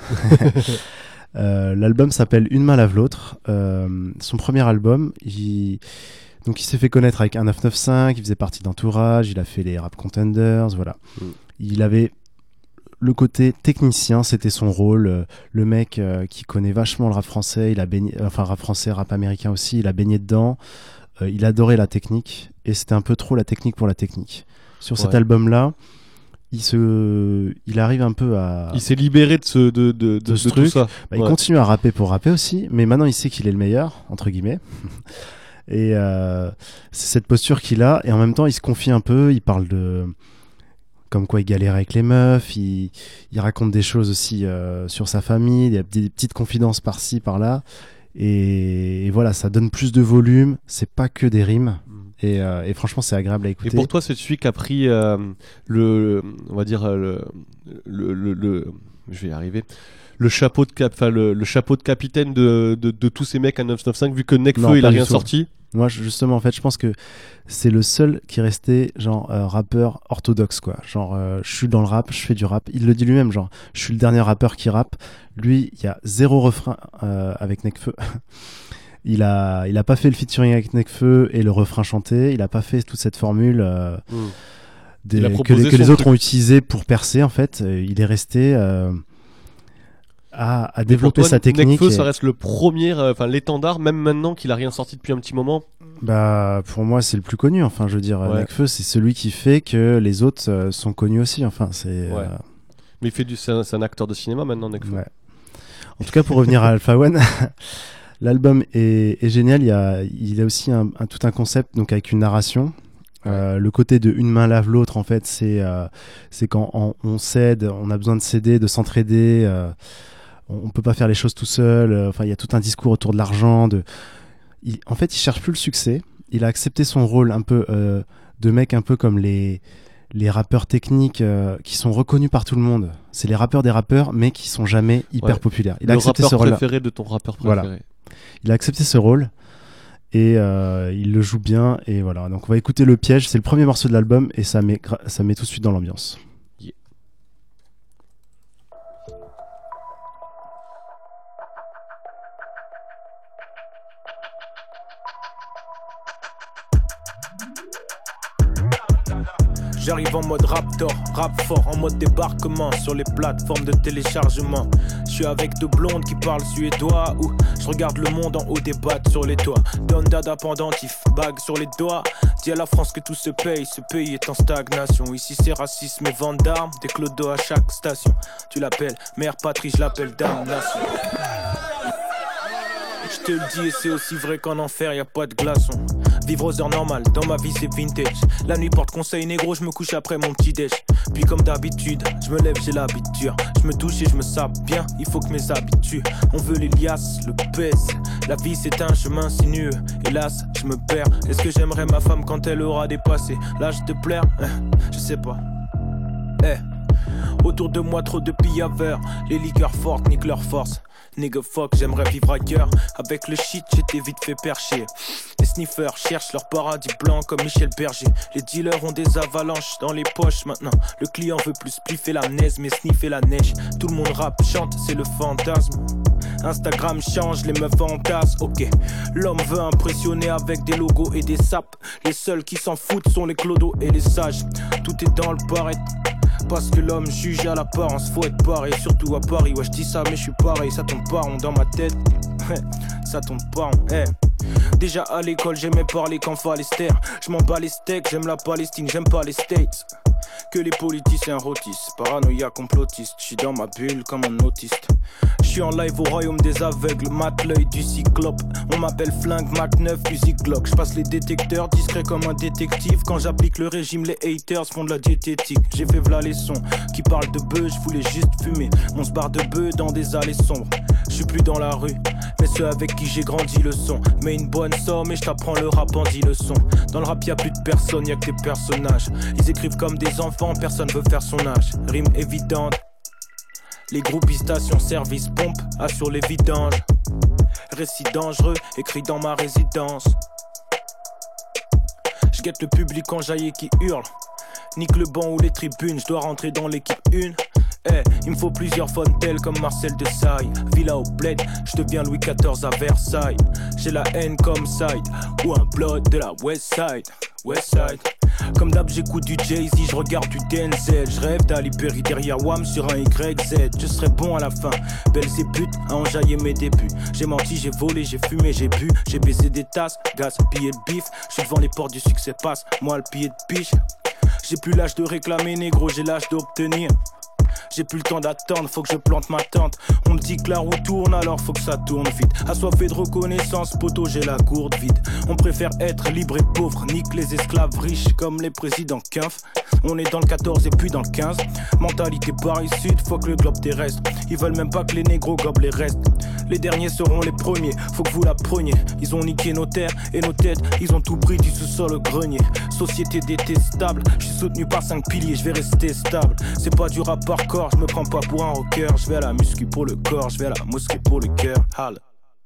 Euh, L'album s'appelle Une main lave l'autre. Euh, son premier album, il... donc il s'est fait connaître avec un neuf neuf cinq, il faisait partie d'Entourage, il a fait les Rap Contenders, voilà. Mm. Il avait le côté technicien, c'était son rôle. euh, Le mec euh, qui connaît vachement le rap français, il a baigné, enfin rap français, rap américain aussi, il a baigné dedans. Euh, il adorait la technique et c'était un peu trop la technique pour la technique. Sur cet Ouais. album-là, il se, il arrive un peu à. Il s'est libéré de, ce, de, de, de, De ce de tout truc. ça. Bah, il Ouais. continue à rapper pour rapper aussi, mais maintenant il sait qu'il est le meilleur, entre guillemets. Et euh, c'est cette posture qu'il a, et en même temps il se confie un peu, il parle de. Comme quoi il galère avec les meufs, il, il raconte des choses aussi euh, sur sa famille, il y a des petites confidences par-ci, par-là. Et, et voilà, ça donne plus de volume, c'est pas que des rimes. Et, euh, et franchement, c'est agréable à Et écouter. pour toi, c'est celui qui a pris euh, le, on va dire euh, le, le, le, le- je vais y arriver. Le chapeau de cap, enfin le, le chapeau de capitaine de, de, de tous ces mecs à neuf cent quatre-vingt-quinze, vu que Nekfeu Non, il pas a du rien tout. sorti. Moi, je- justement, en fait, je pense que c'est le seul qui est resté, genre, euh, rappeur orthodoxe, quoi. Genre, euh, je suis dans le rap, je fais du rap. Il le dit lui-même, genre, je suis le dernier rappeur qui rappe. Lui, il y a zéro refrain euh, avec Nekfeu. il a, il a pas fait le featuring avec Nekfeu et le refrain chanté. Il a pas fait toute cette formule euh, Mm. des- Il a que proposé les, que les son autres truc. ont utilisé pour percer, en fait. Euh, Il est resté euh, à, à Mais développer pour toi, sa technique. Nekfeu, et- ça reste le premier, euh, enfin l'étendard, même maintenant qu'il a rien sorti depuis un petit moment. Bah, pour moi, c'est le plus connu. Enfin, je veux dire, Ouais. Nekfeu, c'est celui qui fait que les autres euh, sont connus aussi. Enfin, c'est. Ouais. euh, Mais il fait du, c'est un, c'est un acteur de cinéma maintenant, Nekfeu. ouais. En tout cas, pour revenir à Alpha One, l'album est, est génial. Il y a, il a aussi un, un- tout un concept, donc avec une narration. Euh, le côté de une main lave l'autre, en fait, c'est euh, c'est quand on, on s'aide, on a besoin de s'aider, de s'entraider. euh, on, on peut pas faire les choses tout seul. euh, Enfin, il y a tout un discours autour de l'argent. De... Il- en fait, il cherche plus le succès. Il a accepté son rôle un peu euh, de mec, un peu comme les les rappeurs techniques euh, qui sont reconnus par tout le monde. C'est les rappeurs des rappeurs, mais qui sont jamais hyper Ouais. populaires. Il a Le accepté rappeur ce rôle-là. préféré de ton rappeur préféré. Voilà. Il a accepté ce rôle et euh, il le joue bien. Et voilà. Donc on va écouter Le Piège. C'est le premier morceau de l'album et ça met gra- ça met tout de suite dans l'ambiance. J'arrive en mode Raptor, rap fort, en mode débarquement sur les plateformes de téléchargement. Je suis avec deux blondes qui parlent suédois ou je regarde le monde en haut des battes sur les toits. Don dada pendentif, bague sur les doigts. Dis à la France que tout se paye, ce pays est en stagnation. Ici c'est racisme et vente d'armes, des clodos à chaque station. Tu l'appelles mère patrie, je l'appelle damnation. Je te le dis et c'est aussi vrai qu'en enfer y a pas de glaçons. Vivre aux heures normales, dans ma vie c'est vintage. La nuit porte conseil négro, je me couche après mon petit déj. Puis comme d'habitude, je me lève, j'ai l'habitude. Je me touche et je me sape bien, il faut que mes habitudes. On veut les liasses, le pèse. La vie c'est un chemin sinueux, hélas je me perds. Est-ce que j'aimerais ma femme quand elle aura dépassé l'âge de plaire? Je sais pas. Eh. Autour de moi trop de pillaveurs. Les liqueurs fortes niquent leur force. Nigga fuck, j'aimerais vivre ailleurs. Avec le shit, j'étais vite fait percher. Les sniffers cherchent leur paradis blanc comme Michel Berger. Les dealers ont des avalanches dans les poches maintenant. Le client veut plus pliffer la neige, mais sniffer la neige. Tout le monde rappe, chante, c'est le fantasme. Instagram change, les meufs entassent, ok. L'homme veut impressionner avec des logos et des sapes. Les seuls qui s'en foutent sont les clodos et les sages. Tout est dans le paraître. Parce que l'homme juge à l'apparence, faut être pareil, surtout à Paris. Ouais, je dis ça, mais je suis pareil, ça tombe pas rond dans ma tête. Ça tombe pas rond, eh. Déjà à l'école, j'aimais parler qu'en Falester. Je m'en bats les steaks, j'aime la Palestine, j'aime pas les States. Que les politiciens rôtissent, paranoïa complotiste. J'suis dans ma bulle comme un autiste. J'suis en live au royaume des aveugles, mate l'œil du cyclope. On m'appelle flingue, Mac neuf, fusil Glock. J'passe les détecteurs, discret comme un détective. Quand j'applique le régime, les haters font de la diététique. J'ai fait v'là les sons qui parlent de bœufs, j'voulais juste fumer. Mon sbar de bœufs dans des allées sombres. J'suis plus dans la rue, mais ceux avec qui j'ai grandi le son. Mais une bonne somme et j't'apprends le rap en dix leçons. Dans le rap y'a plus de personnes, y'a que des personnages. Ils écrivent comme des enfants, personne veut faire son âge. Rime évidente. Les groupes station service pompe assurent les vidanges. Récit dangereux écrit dans ma résidence. Je guette le public enjaillé qui hurle. Nique le banc ou les tribunes, je dois rentrer dans l'équipe une. Eh, il me faut plusieurs Fontaines comme Marcel Desailly. Villa au bled, je deviens Louis quatorze à Versailles. J'ai la haine comme Side ou un blood de la West Side. West Side. Comme d'hab j'écoute du Jay-Z, je regarde du Denzel. Je rêve d'Ali Perry derrière Wham sur un Y Z. Je serai bon à la fin, belles et buts à enjailler mes débuts. J'ai menti, j'ai volé, j'ai fumé, j'ai bu. J'ai baisé des tasses, gaz, pillé de bif. Je suis devant les portes du succès, passe, moi le billet de piche. J'ai plus l'âge de réclamer négro, j'ai l'âge d'obtenir. J'ai plus le temps d'attendre, faut que je plante ma tente. On me dit que la roue tourne, alors faut que ça tourne vite. Assoiffé de reconnaissance, poteau, j'ai la gourde vide. On préfère être libre et pauvre, nique les esclaves riches comme les présidents quinze. On est dans le quatorze et puis dans le quinze. Mentalité Paris-Sud, faut que le globe terrestre. Ils veulent même pas que les négros gobent les restes. Les derniers seront les premiers, faut que vous la preniez. Ils ont niqué nos terres et nos têtes, ils ont tout pris du sous-sol au grenier. Société détestable, je suis soutenu par cinq piliers, je vais rester stable. C'est pas du rap hardcore, sport, je me prends pas pour un rocker. Je vais à la muscu pour le corps, je vais à la mosquée pour le cœur. Halle.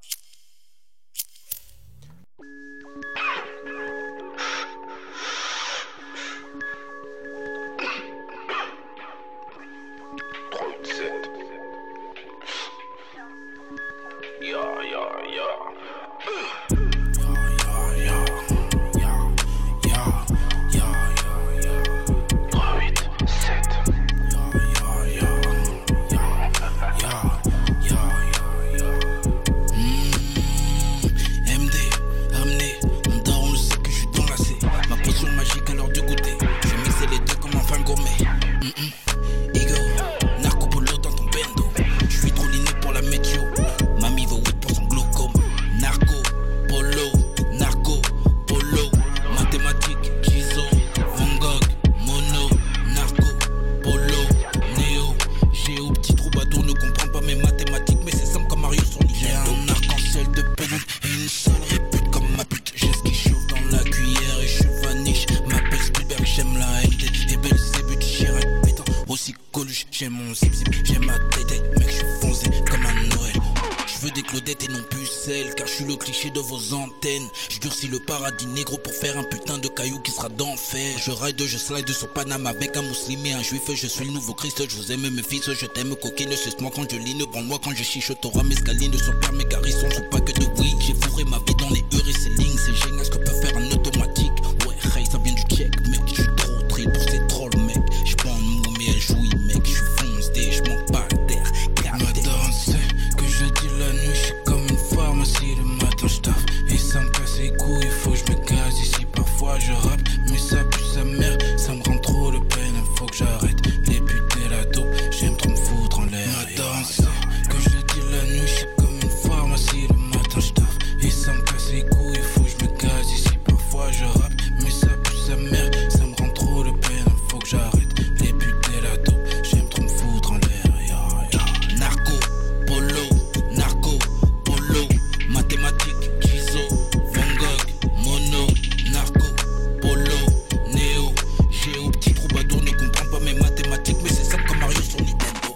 J'aime mon zip zip, j'aime ma tête, mec, je suis foncé comme un Noël. Je veux des Claudettes et non pucelles, car je suis le cliché de vos antennes. Je durcis le paradis négro pour faire un putain de caillou qui sera d'enfer. Je ride, je slide sur Panama avec un musulman et un juif. Je suis le nouveau Christ, je vous aime mes fils, je t'aime coquine. Suce-moi quand je line, branle-moi quand je chiche. T'auras mes scalines sur père, mes garçons sont pas que de weed. J'ai fourré ma vie dans les heures et ces lignes. C'est génial ce que peut faire un automatique. Ouais, hey, ça vient du check, mec, je suis trop trill pour ces trolls, mec. Je prends un mou, mais elle jouit, mec, je suis foncé, je manque pas d'air. Madame sait que je dis la nuit, je suis comme une pharmacie. Le matin, je taffe et ça me casse les couilles. Il faut que je me casse ici, parfois je rappe, mais ça pue sa mère, ça me rend trop le peine. Il faut que j'arrête les putes et la dope, j'aime trop me foutre en l'air. Madame sait que je dis la nuit, je suis comme une pharmacie. Le matin, je taffe et ça me casse les couilles. Il faut que je me casse ici, parfois je rappe, mais ça pue sa mère, ça me rend trop le peine. Il faut que j'arrête les putes et la dope, j'aime trop me foutre en l'air. Yeah, yeah. Narco, polo, narco, polo, mathématiques, Gizo, Van Gogh, mono, narco, polo, néo, géo, petit troubadour, ne comprend pas mes mathématiques, mais c'est simple comme Mario sur Nintendo.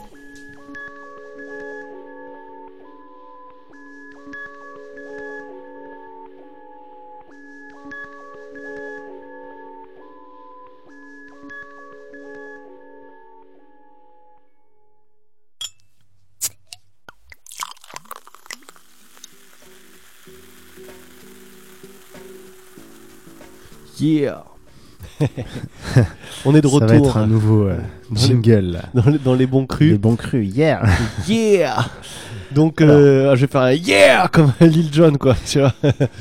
Yeah. On est de Ça va retour être un nouveau euh, jingle. là. dans, les, dans les bons crus. Les bons crus, yeah. Yeah. Donc euh, je vais faire un yeah comme Lil Jon quoi, tu vois.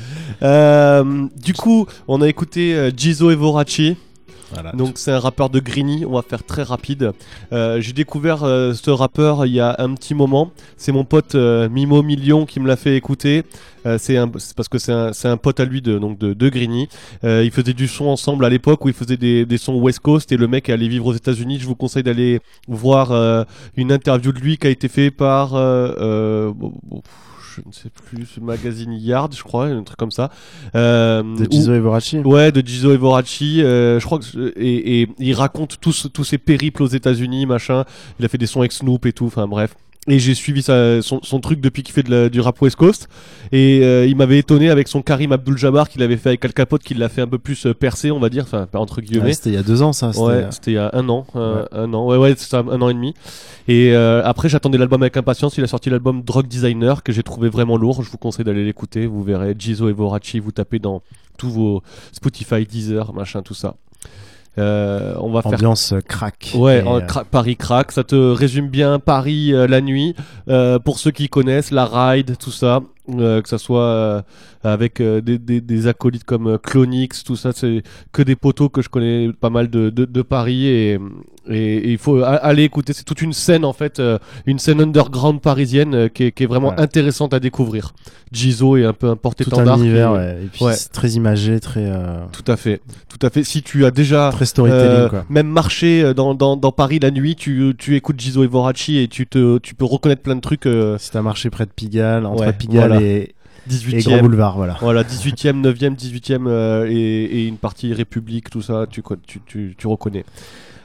Euh, du coup, on a écouté euh, Gizo et Vorachi. Voilà. Donc c'est un rappeur de Grigny, on va faire très rapide. Euh, j'ai découvert euh, ce rappeur il y a un petit moment. C'est mon pote euh, Mimo Million qui me l'a fait écouter. Euh, c'est, un, c'est parce que c'est un, c'est un pote à lui de, donc de, de Grigny. Euh, ils faisaient du son ensemble à l'époque où ils faisaient des, des sons West Coast et le mec est allé vivre aux États-Unis. Je vous conseille d'aller voir euh, une interview de lui qui a été faite par... Euh, euh, bon, bon, je ne sais plus, ce magazine Yard, je crois, un truc comme ça. Euh, De Gizo et Vorachi. Ouais, de Gizo et Vorachi. Euh, je crois que et, et il raconte tous tous ses périples aux États-Unis, machin. Il a fait des sons avec Snoop et tout. Enfin bref. Et j'ai suivi sa, son, son truc depuis qu'il fait de la, du rap West Coast. Et euh, il m'avait étonné avec son Karim Abdul-Jabbar qu'il avait fait avec Al Capote, qui l'a fait un peu plus euh, percer, on va dire, enfin entre guillemets. Ouais, c'était il y a deux ans ça. C'était... Ouais, c'était il y a un an, euh, ouais. un an, ouais, ouais, c'était un, un an et demi. Et euh, après, j'attendais l'album avec impatience. Il a sorti l'album Drug Designer que j'ai trouvé vraiment lourd. Je vous conseille d'aller l'écouter. Vous verrez Gizo et Vorachi. Vous tapez dans tous vos Spotify, Deezer, machin, tout ça. Euh, on va ambiance faire... crack. Ouais, et, en, euh... cra- Paris crack. Ça te résume bien Paris euh, la nuit. Euh, pour ceux qui connaissent la ride, tout ça. Euh, que ça soit euh, avec euh, des, des, des acolytes comme euh, Clonix, tout ça, c'est que des potos que je connais pas mal de, de, de Paris et, et, et il faut a- aller écouter. C'est toute une scène en fait, euh, une scène underground parisienne euh, qui, est, qui est vraiment ouais. intéressante à découvrir. Gizo est un peu un porte-étendard. Tout un univers, qui... ouais. Et puis ouais. c'est très imagé, très. Euh... Tout à fait, tout à fait. Si tu as déjà très storytelling, euh, quoi. même marché dans, dans, dans Paris la nuit, tu, tu écoutes Gizo et Vorachi et tu te tu peux reconnaître plein de trucs. Euh... Si t'as marché près de Pigalle, entre ouais, Pigalle voilà. et dix-huitième, et Grand Boulevard, voilà. Voilà, dix-huitième, neuvième, dix-huitième euh, et, et une partie République, tout ça, tu, tu, tu, tu reconnais.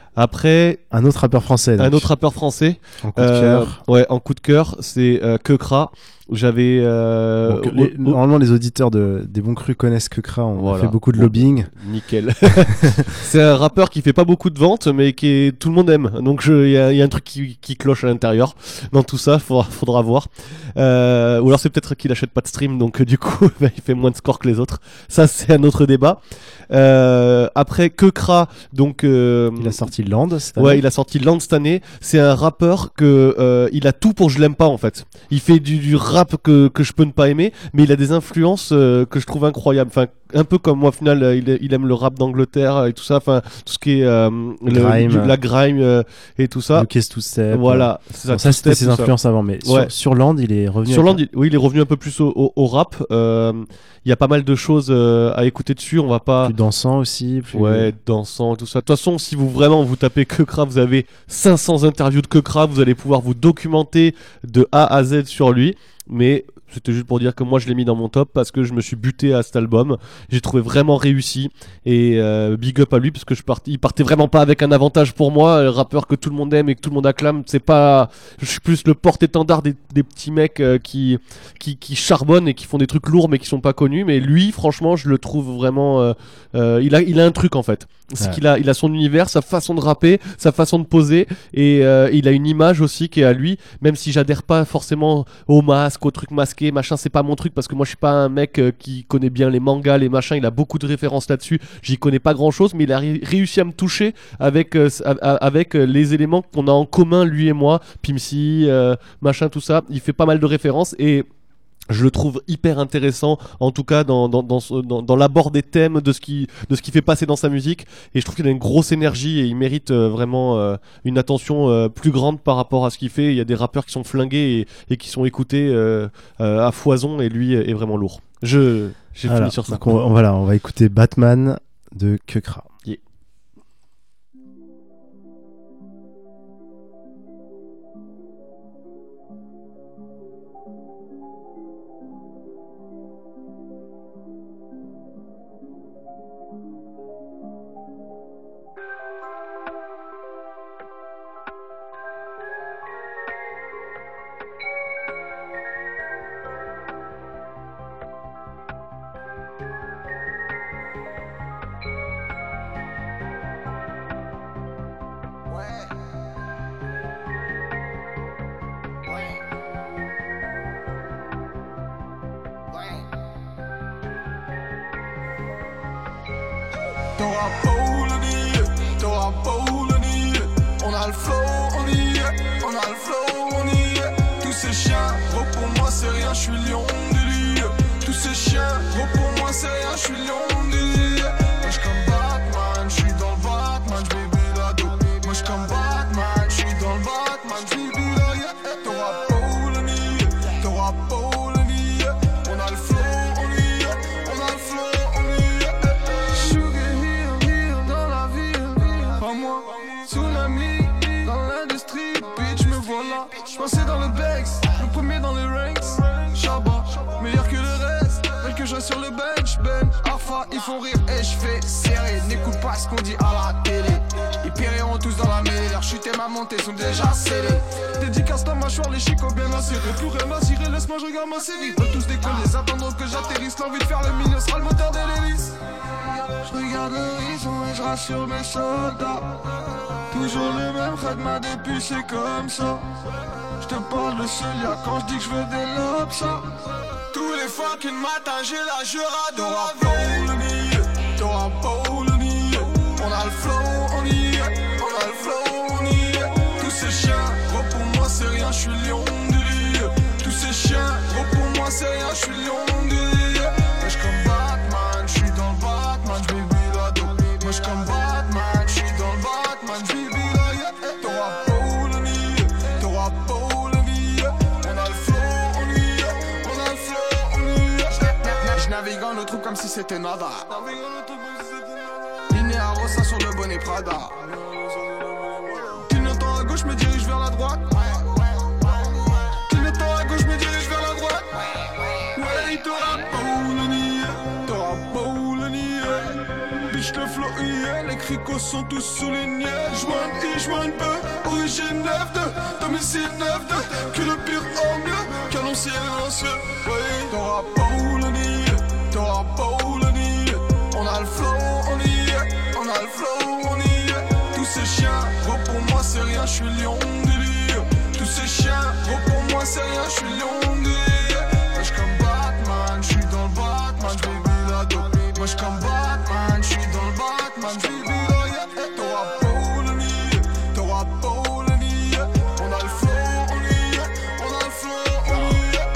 Après, Un autre rappeur français. donc. un autre rappeur français, En coup de euh, cœur. ouais, en coup de cœur, c'est euh, Kekra. J'avais euh, Donc, les- au- au- normalement, les auditeurs de, des bons crus connaissent Kekra. On Voilà. fait beaucoup de Bon. lobbying. Nickel. C'est un rappeur qui fait pas beaucoup de ventes, mais qui est, tout le monde aime. Donc je- il y a, il y a un truc qui, qui cloche à l'intérieur. Dans tout ça, faudra, faudra voir. Euh, ou alors c'est peut-être qu'il achète pas de stream, donc euh, du coup bah, il fait moins de scores que les autres. Ça c'est un autre débat. Euh, après Kekra, donc euh, Il a sorti Land. cette ouais, année. il a sorti Land cette année. C'est un rappeur que euh, il a tout pour je l'aime pas en fait. Il fait du, du rap que que je peux ne pas aimer, mais il a des influences euh, que je trouve incroyables. Enfin, un peu comme moi au final, euh, il, il aime le rap d'Angleterre et tout ça. Enfin, tout ce qui est euh, le- Grime. du- la grime euh, et tout ça. Le Case to Step. Voilà. c'est Bon, ça, Two c'était Step, ses tout ça. influences avant. Mais Ouais. sur, sur Land, il est revenu. Sur avec Land, il- oui, il est revenu un peu plus au, au, au rap. Euh, Il y a pas mal de choses euh, à écouter dessus. On va un- pas. plus dansant aussi. Plus... Ouais, dansant, tout ça. De toute façon, si vous vraiment vous tapez Kekra, vous avez cinq cents interviews de Kekra, vous allez pouvoir vous documenter de A à Z sur lui. Mais c'était juste pour dire que moi je l'ai mis dans mon top parce que je me suis buté à cet album. J'ai trouvé vraiment réussi et euh, big up à lui parce que je partais, il partait vraiment pas avec un avantage pour moi. Le rappeur que tout le monde aime et que tout le monde acclame, c'est pas. Je suis plus le porte-étendard des, des petits mecs euh, qui, qui qui charbonnent et qui font des trucs lourds mais qui sont pas connus. Mais lui, franchement, je le trouve vraiment. Euh, euh, il a il a un truc en fait. C'est Ouais. qu'il a il a son univers, sa façon de rapper, sa façon de poser et euh, il a une image aussi qui est à lui. Même si j'adhère pas forcément au masque, au truc masqué, machin, c'est pas mon truc parce que moi je suis pas un mec euh, qui connaît bien les mangas, les machins. Il a beaucoup de références là-dessus. J'y connais pas grand-chose, mais il a ré- réussi à me toucher avec euh, s- a- a- avec euh, les éléments qu'on a en commun lui et moi, Pimsy, euh, machin, tout ça. Il fait pas mal de références et je le trouve hyper intéressant, en tout cas dans, dans, dans, ce- dans, dans l'abord des thèmes de ce qui de ce qui fait passer dans sa musique. Et je trouve qu'il a une grosse énergie et il mérite euh, vraiment euh, une attention euh, plus grande par rapport à ce qu'il fait. Il y a des rappeurs qui sont flingués et, et qui sont écoutés euh, euh, à foison et lui est vraiment lourd. Je j'ai Voilà. fini sur ça. Donc on, on- voilà, on va écouter Batman de Kekra. T'auras pas le nier, t'auras pas le nier. On a le flow, on y est, on a le flow, on y est. Tous ces chiens, gros pour moi c'est rien, je suis lion du lit. Tous ces chiens, gros pour moi c'est rien, je suis lion du lit. Moi je comme Batman, je suis dans le Batman, je vais bilado. Moi je comme Batman, je suis dans le Batman, je vais bilado. T'auras pas le nier, t'auras pas le nier. On a le flow, on y est, on a le flow, on y est. Sugar Hill, Hill dans la ville, pas moi. Tsunami dans l'industrie, bitch me voilà. J'passais dans le Bex, le premier dans les ranks. Shabba, meilleur que le reste. Veulent que je reste sur le bench, Ben. Alpha, ils font rire et j'fais serrer. N'écoute pas ce qu'on dit à la télé. Ils périront tous dans la mêlée. Leurs chutes et ma montée sont déjà scellées. Dédicace ta mâchoire, les chicots bien acérés. Plus rien à cirer, laisse-moi, je regarde ma série. Veulent tous décoller, ils attendront que j'atterrisse. L'envie de faire le milieu sera le moteur de l'hélice. Je regarde l'horizon et je rassure mes soldats. Toujours le même rythme depuis c'est comme ça. Je te parle de ce lien quand je dis que je veux des lobes ça. Tous les fucking matins j'ai la jura. T'auras pas le nier, t'auras pas le nier. On a le flow, on y est, on a le flow, on y est. Tous ces chiens, gros pour moi c'est rien, je suis lion du lit. Tous ces chiens, gros pour moi c'est rien, je suis lion du lit. Moi je comme Batman, je suis dans le Batman, je vais bilado. Moi je comme Batman, je suis dans le Batman, je vais bilado. T'auras pas le nier, t'auras pas le nier. On a le flow, on y est, on a le flow, on y est. Je navigue en eau troupe comme si c'était nada. Linéa Rossa sur le bonnet Prada. Clignotant à gauche, me dirige vers la droite. Clignotant à gauche, me dirige vers la droite. Ouais, t'auras pas le nier, t'auras pas le nier. Bitch, le flow, yeah, les cricots sont tous soulignés. Joigne I, joigne B, origine neuf deux, domicile neuf deux, que le pire au mieux, canon silencieux. Oui, t'auras pas où le nier, t'auras pas où le nier. On a le flow, on y est, on a le flow, on y est. Tous ces chiens, gros pour moi c'est rien, je suis lion délire. Tous ces chiens, gros pour moi c'est rien, je suis lion délire. Moi j'suis comme Batman, j'suis dans le Batman, j'vis la dope. Moi j'suis comme Batman, j'suis dans le Batman, j'vis la yeah. T'auras pas où le nier, t'auras pas où le nier. On a le flow, on y est, on a le flow, on y est.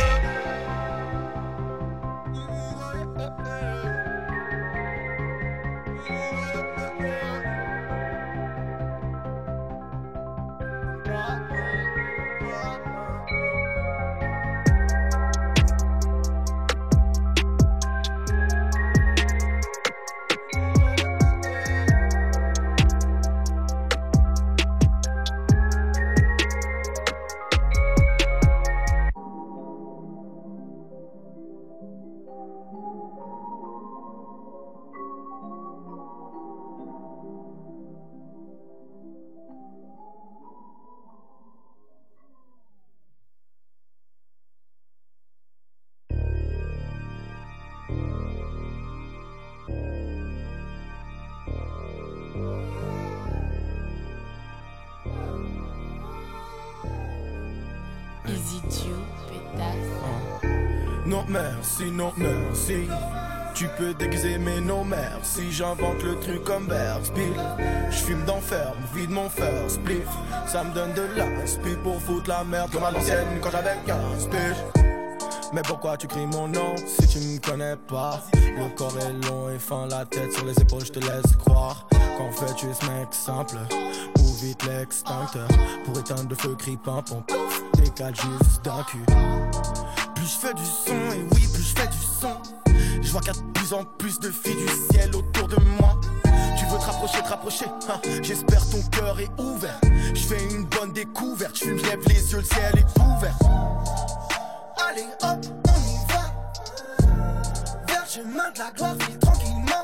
Easy Joe, pétasse. Non merci, non merci. Tu peux déguiser mais non merci. J'invente le truc comme Bergspiel. J'fume d'enfer, vide mon fer spliff. Ça me donne de l'inspi pour foutre la merde comme à l'ancienne quand j'avais quinze piges. Mais pourquoi tu cries mon nom si tu me connais pas? Le corps est long et fin, la tête sur les épaules, je te laisse croire qu'en fait tu es ce mec simple. Ou vite l'extincteur pour éteindre le feu, crie pimpon. Décale juste d'un cul. Plus je fais du son, et oui, plus je fais du son. Je vois qu'il y a de plus en plus de filles du ciel autour de moi. Tu veux te rapprocher, te rapprocher, hein. J'espère ton cœur est ouvert. Je fais une bonne découverte, je fume, je lève les yeux, le ciel est couvert. Allez hop, on y va. Vers le chemin de la gloire, file tranquillement.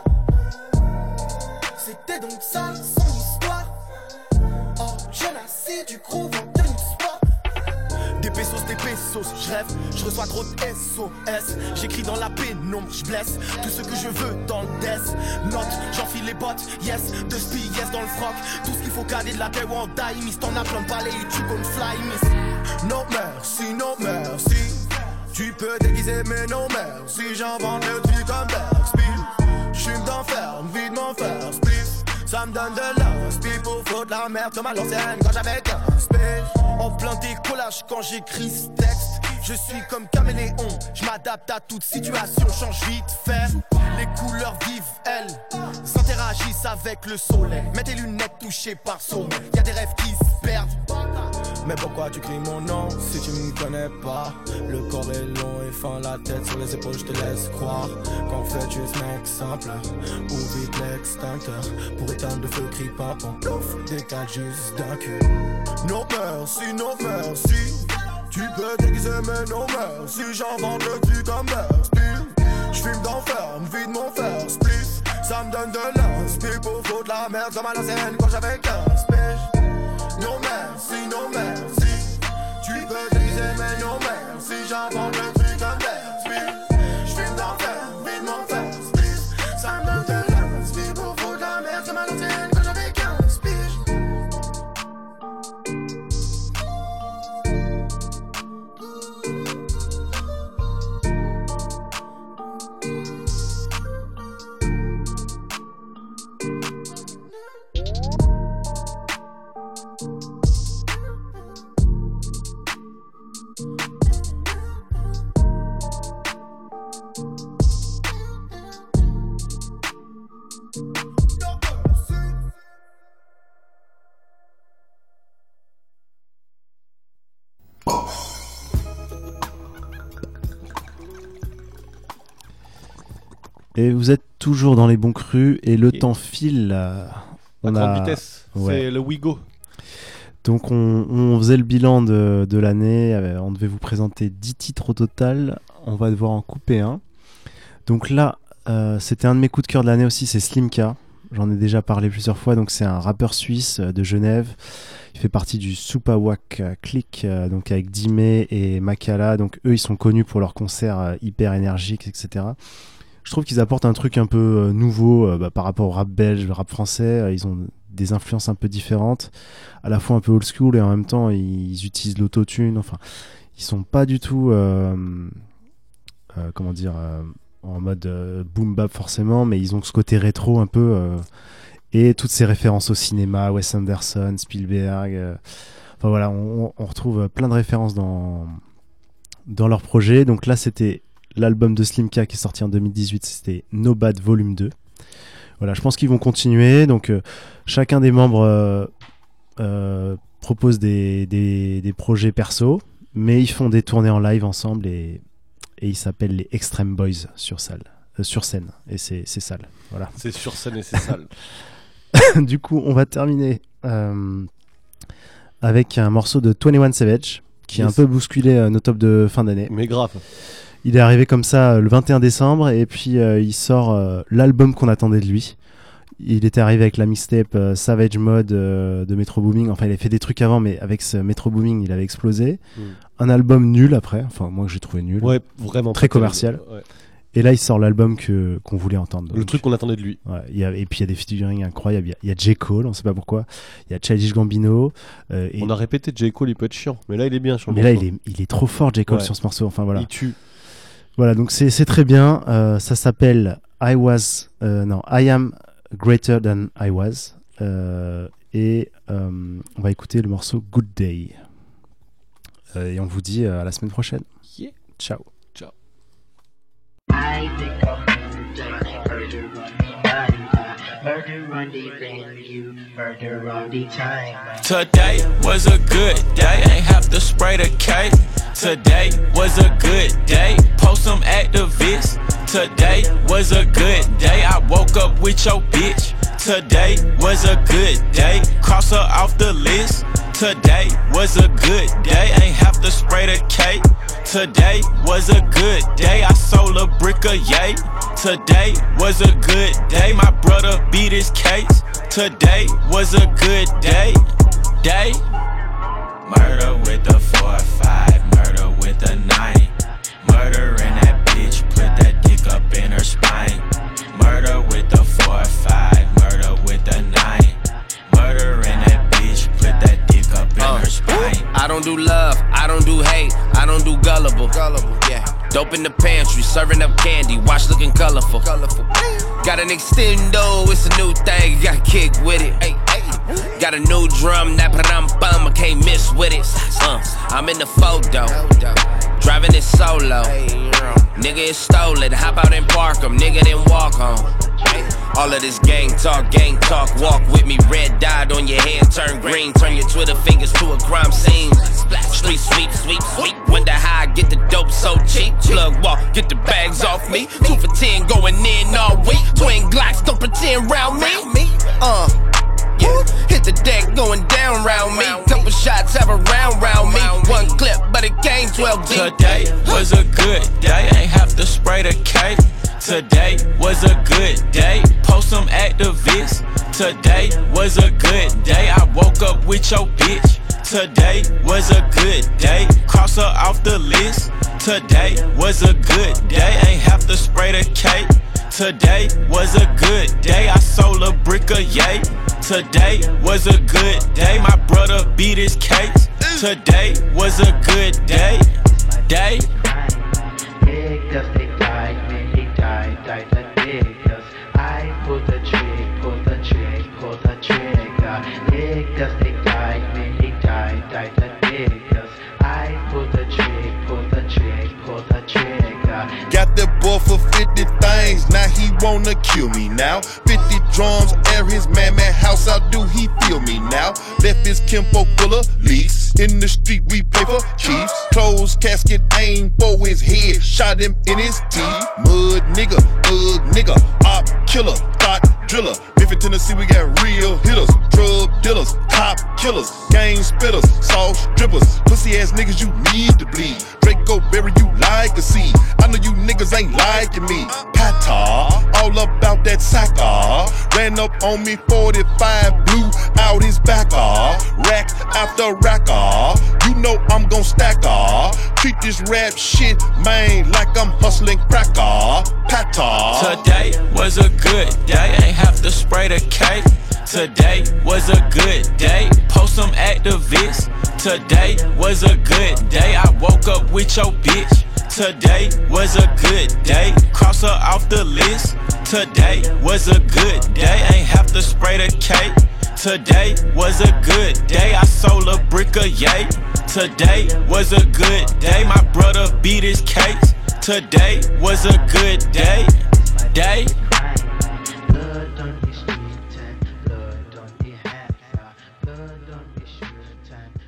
C'était donc ça son histoire. Oh, jeune assis du groove en tenue de sport. Des pesos, des pesos, je rêve, je reçois trop de S O S. J'écris dans la pénombre, je blesse tout ce que je veux dans le death. Note, j'enfile les bottes, yes, de spi, yes dans le froc. Tout ce qu'il faut caler de la paix ou en die, miss. T'en as plein de palais et tu gon' fly, miss. Non merci, non merci. Tu peux déguiser mais non merci. J'invente le truc comme Bergspiel. J'fume d'enfer, vide mon fer spliff. Ça me donne de l'inspi pour foutre la merde comme à l'ancienne quand j'avais quinze piges. En plein décollage quand j'écris ce texte. Je suis comme caméléon, je m'adapte à toute situation, change vite fait. Les couleurs vives, elles, s'interagissent avec le soleil. Mets tes lunettes touchées par sommeil, y'a des rêves qui se perdent. Mais pourquoi tu cries mon nom si tu me connais pas? Le corps est long et fin, la tête sur les épaules, je te laisse croire qu'en fait tu es ce mec simple. Ou vite l'extincteur pour éteindre le feu, crie pimpon. Décale juste d'un cul. Non merci, non merci. Tu peux déguiser mais non merci. J'invente le truc comme Bergspiel. J'fume d'enfer, vide mon fer spliff. Ça me donne de l'inspi pour foutre la merde comme à l'ancienne quand j'avais quinze piges. Non merci, non merci. Tu peux déguiser mais non merci. J'invente le truc comme Bergspiel. J'fume d'enfer, vide mon fer spliff. Ça me donne de l'inspi pour foutre la merde comme à l'ancienne quand j'avais quinze piges. Et vous êtes toujours dans les bons crus et le Et temps file. euh, À on grande a... vitesse, Ouais. c'est le Wigo. Donc on, on faisait le bilan de, de l'année, euh, on devait vous présenter dix titres au total, on va devoir en couper un. Donc là, euh, c'était un de mes coups de cœur de l'année aussi, c'est Slimka. j'en ai déjà parlé plusieurs fois. Donc c'est un rappeur suisse euh, de Genève. Il fait partie du Supawak Click, euh, donc avec Dime et Makala. Donc eux, ils sont connus pour leurs concerts euh, hyper énergiques, et cetera. Je trouve qu'ils apportent un truc un peu euh, nouveau euh, bah, par rapport au rap belge, le rap français. Euh, ils ont des influences un peu différentes, à la fois un peu old school et en même temps ils, ils utilisent l'autotune. Enfin, ils sont pas du tout, euh, euh, comment dire, euh, en mode euh, boom bap forcément, mais ils ont ce côté rétro un peu. Euh, Et toutes ces références au cinéma, Wes Anderson, Spielberg. Euh, enfin voilà, on, on retrouve plein de références dans, dans leur projet. Donc là, c'était l'album de Slimka qui est sorti en deux mille dix-huit. C'était No Bad Volume deux. Voilà, je pense qu'ils vont continuer. Donc euh, chacun des membres euh, euh, propose des, des, des projets perso, mais ils font des tournées en live ensemble et, et ils s'appellent les Extreme Boys sur salle. Euh, sur scène. Et c'est, c'est sale. Voilà. C'est sur scène et c'est sale. Du coup, on va terminer euh, avec un morceau de vingt et un Savage qui yes. a un peu bousculé euh, nos tops de fin d'année. Mais grave. Il est arrivé comme ça euh, le vingt et un décembre et puis euh, il sort euh, l'album qu'on attendait de lui. Il était arrivé avec la mixtape euh, Savage Mode euh, de Metro Booming. Enfin, il avait fait des trucs avant, mais avec ce Metro Booming, il avait explosé. Mm. Un album nul après. Enfin, moi, j'ai trouvé nul. Ouais, vraiment. Très commercial. Ouais. Et là, il sort l'album que, qu'on voulait entendre. Donc. Le truc qu'on attendait de lui. Ouais, il y a, et puis, il y a des featuring incroyables. Il y a, il y a J. Cole, on ne sait pas pourquoi. Il y a Childish Gambino. Euh, et... On a répété, J. Cole, il peut être chiant. Mais là, il est bien sur le mais morceau. Mais là, il est, il est trop fort, J. Cole, ouais. sur ce morceau. Enfin, voilà. Il tue. Voilà, donc c'est, c'est très bien. Euh, ça s'appelle I Was... Euh, non, I Am Greater Than I Was. Euh, et euh, on va écouter le morceau Good Day. Euh, et on vous dit à la semaine prochaine. Yeah. Ciao. I think I'll murder on the then you murder on the time. Today was a good day, ain't have to spray the cake. Today was a good day, post some activists. Today was a good day, I woke up with your bitch. Today was a good day, cross her off the list. Today was a good day, ain't have to spray the cake. Today was a good day, I sold a brick of yay. Today was a good day, my brother beat his case. Today was a good day, day. Murder with the four five, murder with the nine. Murder in that bitch, put that dick up in her spine. Murder with the four five, murder with the nine. Murder in that bitch, put that dick up in uh, her spine. I don't do love, I don't do hate, I don't do gullible. Gullible, yeah. Dope in the pantry, serving up candy, watch looking colorful. Colorful. Got an extendo, it's a new thing, got kick with it. Hey, hey. Got a new drum, that pam pam, I can't miss with it. Uh, I'm in the photo, driving it solo. Nigga, it's stolen, hop out and park 'em, nigga, then walk home. All of this gang talk, gang talk, walk with me. Red dot on your head, turn green. Turn your Twitter fingers to a crime scene. Street sweep, sweep, sweep. Wonder how I get the dope so cheap. Plug walk, get the bags off me. Two for ten going in all week. Twin Glocks, don't pretend round me. Uh, yeah. Hit the deck going down round me. Couple shots have a round round me. One clip, but it came twelve deep. Today was a good day, ain't have to spray the cake. Today was a good day, post some activists. Today was a good day, I woke up with your bitch. Today was a good day, cross her off the list. Today was a good day, ain't have to spray the cake. Today was a good day, I sold a brick of yay. Today was a good day, my brother beat his case. Today was a good day, day. Big dust, they died, man, they died, died the big dust. I pulled the trick, pulled the trick, pulled the trigger. Big dust, they died, man, they died, died the big dust. I pulled the trick, pulled the trick, pulled the trigger. Got that boy for fifty things, now he wanna kill me now. fifty drums, air his man, man house, how do he feel me now? Left his Kimpo full of leaks. In the street we play for keeps. Closed casket, aim for his head, shot him in his teeth. Mud nigga, thug nigga, op killer, thought driller. Memphis, Tennessee, we got real hitters, drug dealers, cop killers, gang spitters, sauce strippers, pussy ass niggas you need to bleed. Draco Berry, you like a seed. I know you niggas ain't liking me. Pata, all about that sacker. Ran up on me forty-five, blew out his back off. Rack after rack off. You know I'm gon' stack off. Treat this rap shit, man, like I'm hustling crack off. Pata. Today was a good day, ain't have to spray the cake. Today was a good day, post some activists. Today was a good day, I woke up with your bitch. Today was a good day, cross her off the list. Today was a good day, ain't have to spray the cake. Today was a good day, I sold a brick of yay. Today was a good day, my brother beat his case. Today was a good day, day. Blood on the street and blood on the hat, blood on the shirt and